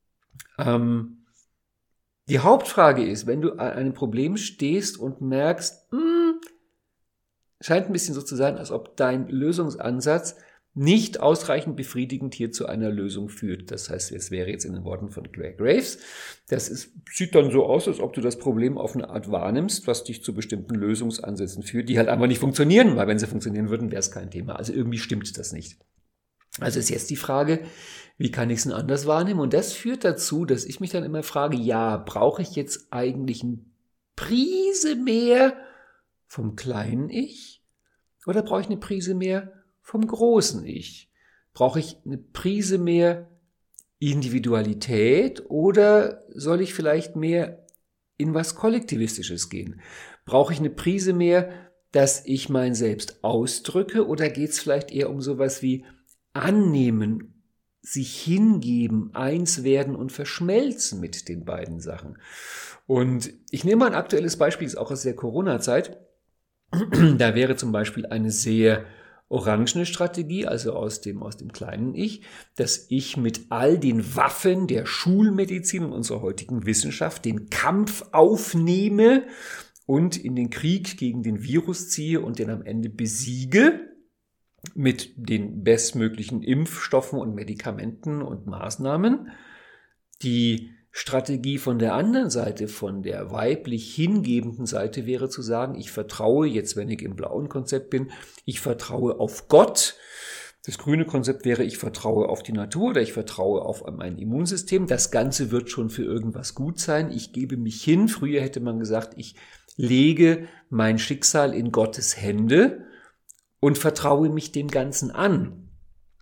S4: Ähm, die Hauptfrage ist, wenn du an einem Problem stehst und merkst, mh, scheint ein bisschen so zu sein, als ob dein Lösungsansatz nicht ausreichend befriedigend hier zu einer Lösung führt. Das heißt, es wäre jetzt in den Worten von Claire Graves, das ist, sieht dann so aus, als ob du das Problem auf eine Art wahrnimmst, was dich zu bestimmten Lösungsansätzen führt, die halt einfach nicht funktionieren, weil wenn sie funktionieren würden, wäre es kein Thema. Also irgendwie stimmt das nicht. Also ist jetzt die Frage, wie kann ich es denn anders wahrnehmen? Und das führt dazu, dass ich mich dann immer frage, ja, brauche ich jetzt eigentlich eine Prise mehr vom kleinen Ich oder brauche ich eine Prise mehr vom großen Ich? Brauche ich eine Prise mehr Individualität oder soll ich vielleicht mehr in was Kollektivistisches gehen? Brauche ich eine Prise mehr, dass ich mein Selbst ausdrücke oder geht es vielleicht eher um sowas wie annehmen, sich hingeben, eins werden und verschmelzen mit den beiden Sachen? Und ich nehme mal ein aktuelles Beispiel, ist auch aus der Corona-Zeit. Da wäre zum Beispiel eine sehr orangene Strategie, also aus dem, aus dem kleinen Ich, dass ich mit all den Waffen der Schulmedizin und unserer heutigen Wissenschaft den Kampf aufnehme und in den Krieg gegen den Virus ziehe und den am Ende besiege mit den bestmöglichen Impfstoffen und Medikamenten und Maßnahmen. Die Strategie von der anderen Seite, von der weiblich hingebenden Seite wäre zu sagen, ich vertraue, jetzt wenn ich im blauen Konzept bin, ich vertraue auf Gott. Das grüne Konzept wäre, ich vertraue auf die Natur oder ich vertraue auf mein Immunsystem. Das Ganze wird schon für irgendwas gut sein. Ich gebe mich hin. Früher hätte man gesagt, ich lege mein Schicksal in Gottes Hände und vertraue mich dem Ganzen an.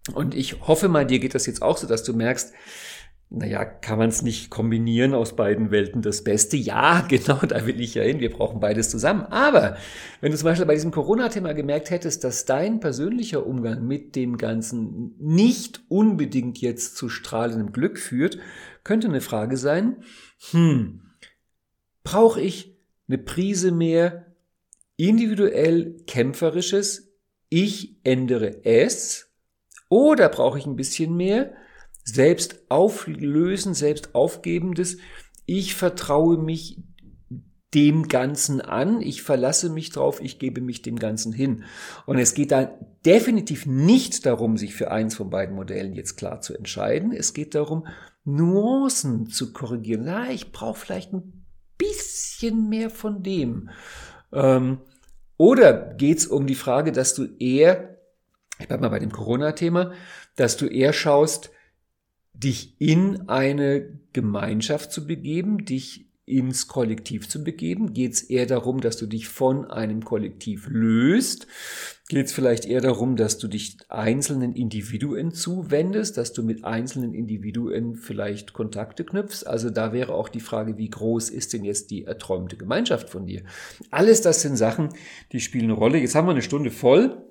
S4: Und ich hoffe mal, dir geht das jetzt auch so, dass du merkst, naja, kann man es nicht kombinieren aus beiden Welten das Beste? Ja, genau, da will ich ja hin. Wir brauchen beides zusammen. Aber wenn du zum Beispiel bei diesem Corona-Thema gemerkt hättest, dass dein persönlicher Umgang mit dem Ganzen nicht unbedingt jetzt zu strahlendem Glück führt, könnte eine Frage sein, hm, brauche ich eine Prise mehr individuell kämpferisches, ich ändere es, oder brauche ich ein bisschen mehr selbst auflösen, selbst aufgebendes, ich vertraue mich dem Ganzen an, ich verlasse mich drauf, ich gebe mich dem Ganzen hin. Und es geht da definitiv nicht darum, sich für eins von beiden Modellen jetzt klar zu entscheiden. Es geht darum, Nuancen zu korrigieren. Ja, ich brauche vielleicht ein bisschen mehr von dem. Ähm, oder geht es um die Frage, dass du eher, ich bleib mal bei dem Corona-Thema, dass du eher schaust, dich in eine Gemeinschaft zu begeben, dich ins Kollektiv zu begeben? Geht es eher darum, dass du dich von einem Kollektiv löst? Geht es vielleicht eher darum, dass du dich einzelnen Individuen zuwendest, dass du mit einzelnen Individuen vielleicht Kontakte knüpfst? Also da wäre auch die Frage, wie groß ist denn jetzt die erträumte Gemeinschaft von dir? Alles das sind Sachen, die spielen eine Rolle. Jetzt haben wir eine Stunde voll.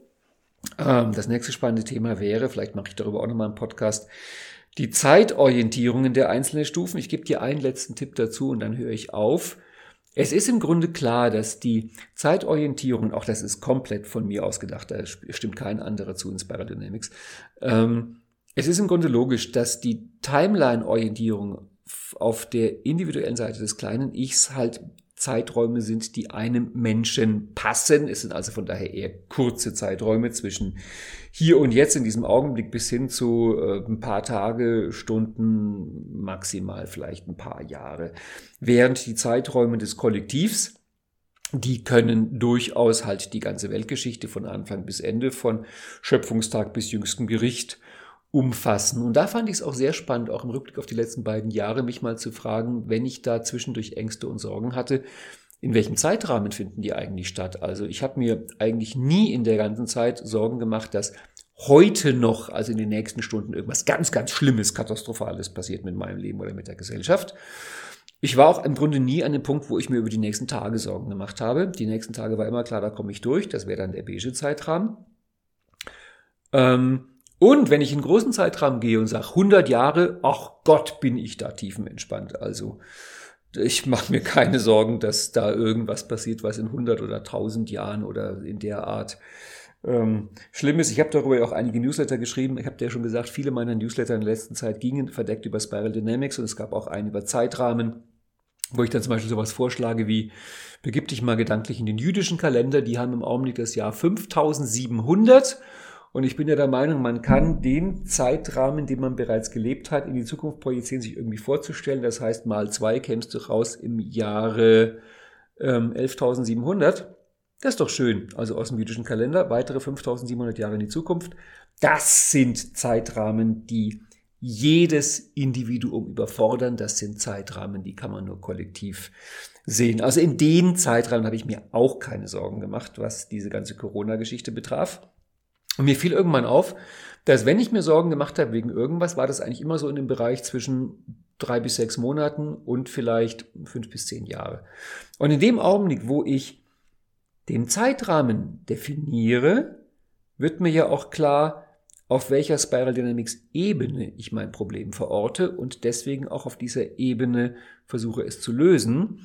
S4: Das nächste spannende Thema wäre, vielleicht mache ich darüber auch nochmal einen Podcast, die Zeitorientierungen der einzelnen Stufen. Ich gebe dir einen letzten Tipp dazu und dann höre ich auf. Es ist im Grunde klar, dass die Zeitorientierungen, auch das ist komplett von mir ausgedacht, da stimmt kein anderer zu in Spiral Dynamics. Ähm, es ist im Grunde logisch, dass die Timeline-Orientierung auf der individuellen Seite des kleinen Ichs halt Zeiträume sind, die einem Menschen passen. Es sind also von daher eher kurze Zeiträume zwischen hier und jetzt in diesem Augenblick bis hin zu äh, ein paar Tage, Stunden, maximal vielleicht ein paar Jahre. Während die Zeiträume des Kollektivs, die können durchaus halt die ganze Weltgeschichte von Anfang bis Ende, von Schöpfungstag bis jüngstem Gericht umfassen. Und da fand ich es auch sehr spannend, auch im Rückblick auf die letzten beiden Jahre, mich mal zu fragen, wenn ich da zwischendurch Ängste und Sorgen hatte, in welchem Zeitrahmen finden die eigentlich statt? Also ich habe mir eigentlich nie in der ganzen Zeit Sorgen gemacht, dass heute noch, also in den nächsten Stunden, irgendwas ganz, ganz Schlimmes, Katastrophales passiert mit meinem Leben oder mit der Gesellschaft. Ich war auch im Grunde nie an dem Punkt, wo ich mir über die nächsten Tage Sorgen gemacht habe. Die nächsten Tage war immer klar, da komme ich durch. Das wäre dann der beige Zeitrahmen. Ähm, Und wenn ich in großen Zeitrahmen gehe und sage hundert Jahre, ach Gott, bin ich da tiefenentspannt. Also ich mache mir keine Sorgen, dass da irgendwas passiert, was in hundert oder tausend Jahren oder in der Art ähm, schlimm ist. Ich habe darüber ja auch einige Newsletter geschrieben. Ich habe dir ja schon gesagt, viele meiner Newsletter in der letzten Zeit gingen verdeckt über Spiral Dynamics und es gab auch einen über Zeitrahmen, wo ich dann zum Beispiel sowas vorschlage wie, begib dich mal gedanklich in den jüdischen Kalender. Die haben im Augenblick das Jahr fünftausendsiebenhundert. Und ich bin ja der Meinung, man kann den Zeitrahmen, den man bereits gelebt hat, in die Zukunft projizieren, sich irgendwie vorzustellen. Das heißt, mal zwei kämst du raus im Jahre ähm, elftausendsiebenhundert. Das ist doch schön. Also aus dem jüdischen Kalender, weitere fünftausendsiebenhundert Jahre in die Zukunft. Das sind Zeitrahmen, die jedes Individuum überfordern. Das sind Zeitrahmen, die kann man nur kollektiv sehen. Also in den Zeitrahmen habe ich mir auch keine Sorgen gemacht, was diese ganze Corona-Geschichte betraf. Und mir fiel irgendwann auf, dass wenn ich mir Sorgen gemacht habe wegen irgendwas, war das eigentlich immer so in dem Bereich zwischen drei bis sechs Monaten und vielleicht fünf bis zehn Jahre. Und in dem Augenblick, wo ich den Zeitrahmen definiere, wird mir ja auch klar, auf welcher Spiral Dynamics Ebene ich mein Problem verorte und deswegen auch auf dieser Ebene versuche es zu lösen.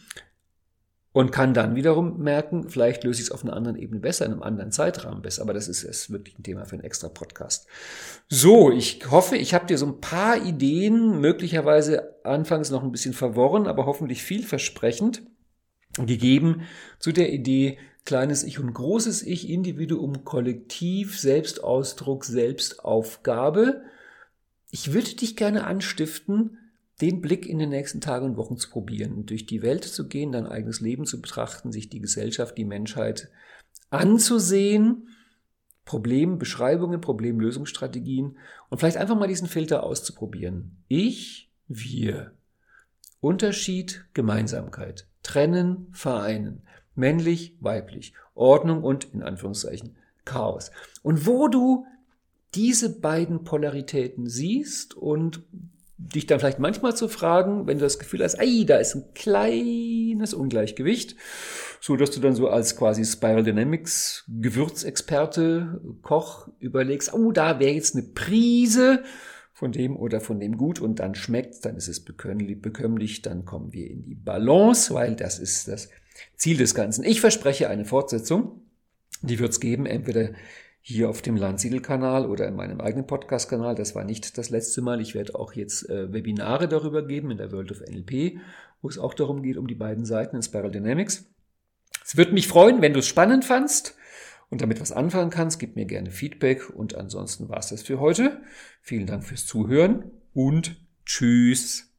S4: Und kann dann wiederum merken, vielleicht löse ich es auf einer anderen Ebene besser, in einem anderen Zeitrahmen besser. Aber das ist, ist wirklich ein Thema für einen extra Podcast. So, ich hoffe, ich habe dir so ein paar Ideen, möglicherweise anfangs noch ein bisschen verworren, aber hoffentlich vielversprechend gegeben zu der Idee kleines Ich und großes Ich, Individuum, Kollektiv, Selbstausdruck, Selbstaufgabe. Ich würde dich gerne anstiften, den Blick in den nächsten Tagen und Wochen zu probieren, durch die Welt zu gehen, dein eigenes Leben zu betrachten, sich die Gesellschaft, die Menschheit anzusehen, Problembeschreibungen, Problemlösungsstrategien und vielleicht einfach mal diesen Filter auszuprobieren. Ich, wir. Unterschied, Gemeinsamkeit. Trennen, vereinen. Männlich, weiblich. Ordnung und, in Anführungszeichen, Chaos. Und wo du diese beiden Polaritäten siehst und dich dann vielleicht manchmal zu fragen, wenn du das Gefühl hast, ei, da ist ein kleines Ungleichgewicht, so dass du dann so als quasi Spiral Dynamics Gewürzexperte, Koch überlegst, oh, da wäre jetzt eine Prise von dem oder von dem gut und dann schmeckt's, dann ist es bekömmlich, dann kommen wir in die Balance, weil das ist das Ziel des Ganzen. Ich verspreche eine Fortsetzung, die wird's geben, entweder hier auf dem Landsiedel-Kanal oder in meinem eigenen Podcast-Kanal. Das war nicht das letzte Mal. Ich werde auch jetzt äh, Webinare darüber geben in der World of N L P, wo es auch darum geht, um die beiden Seiten in Spiral Dynamics. Es würde mich freuen, wenn du es spannend fandst und damit was anfangen kannst. Gib mir gerne Feedback und ansonsten war es das für heute. Vielen Dank fürs Zuhören und tschüss.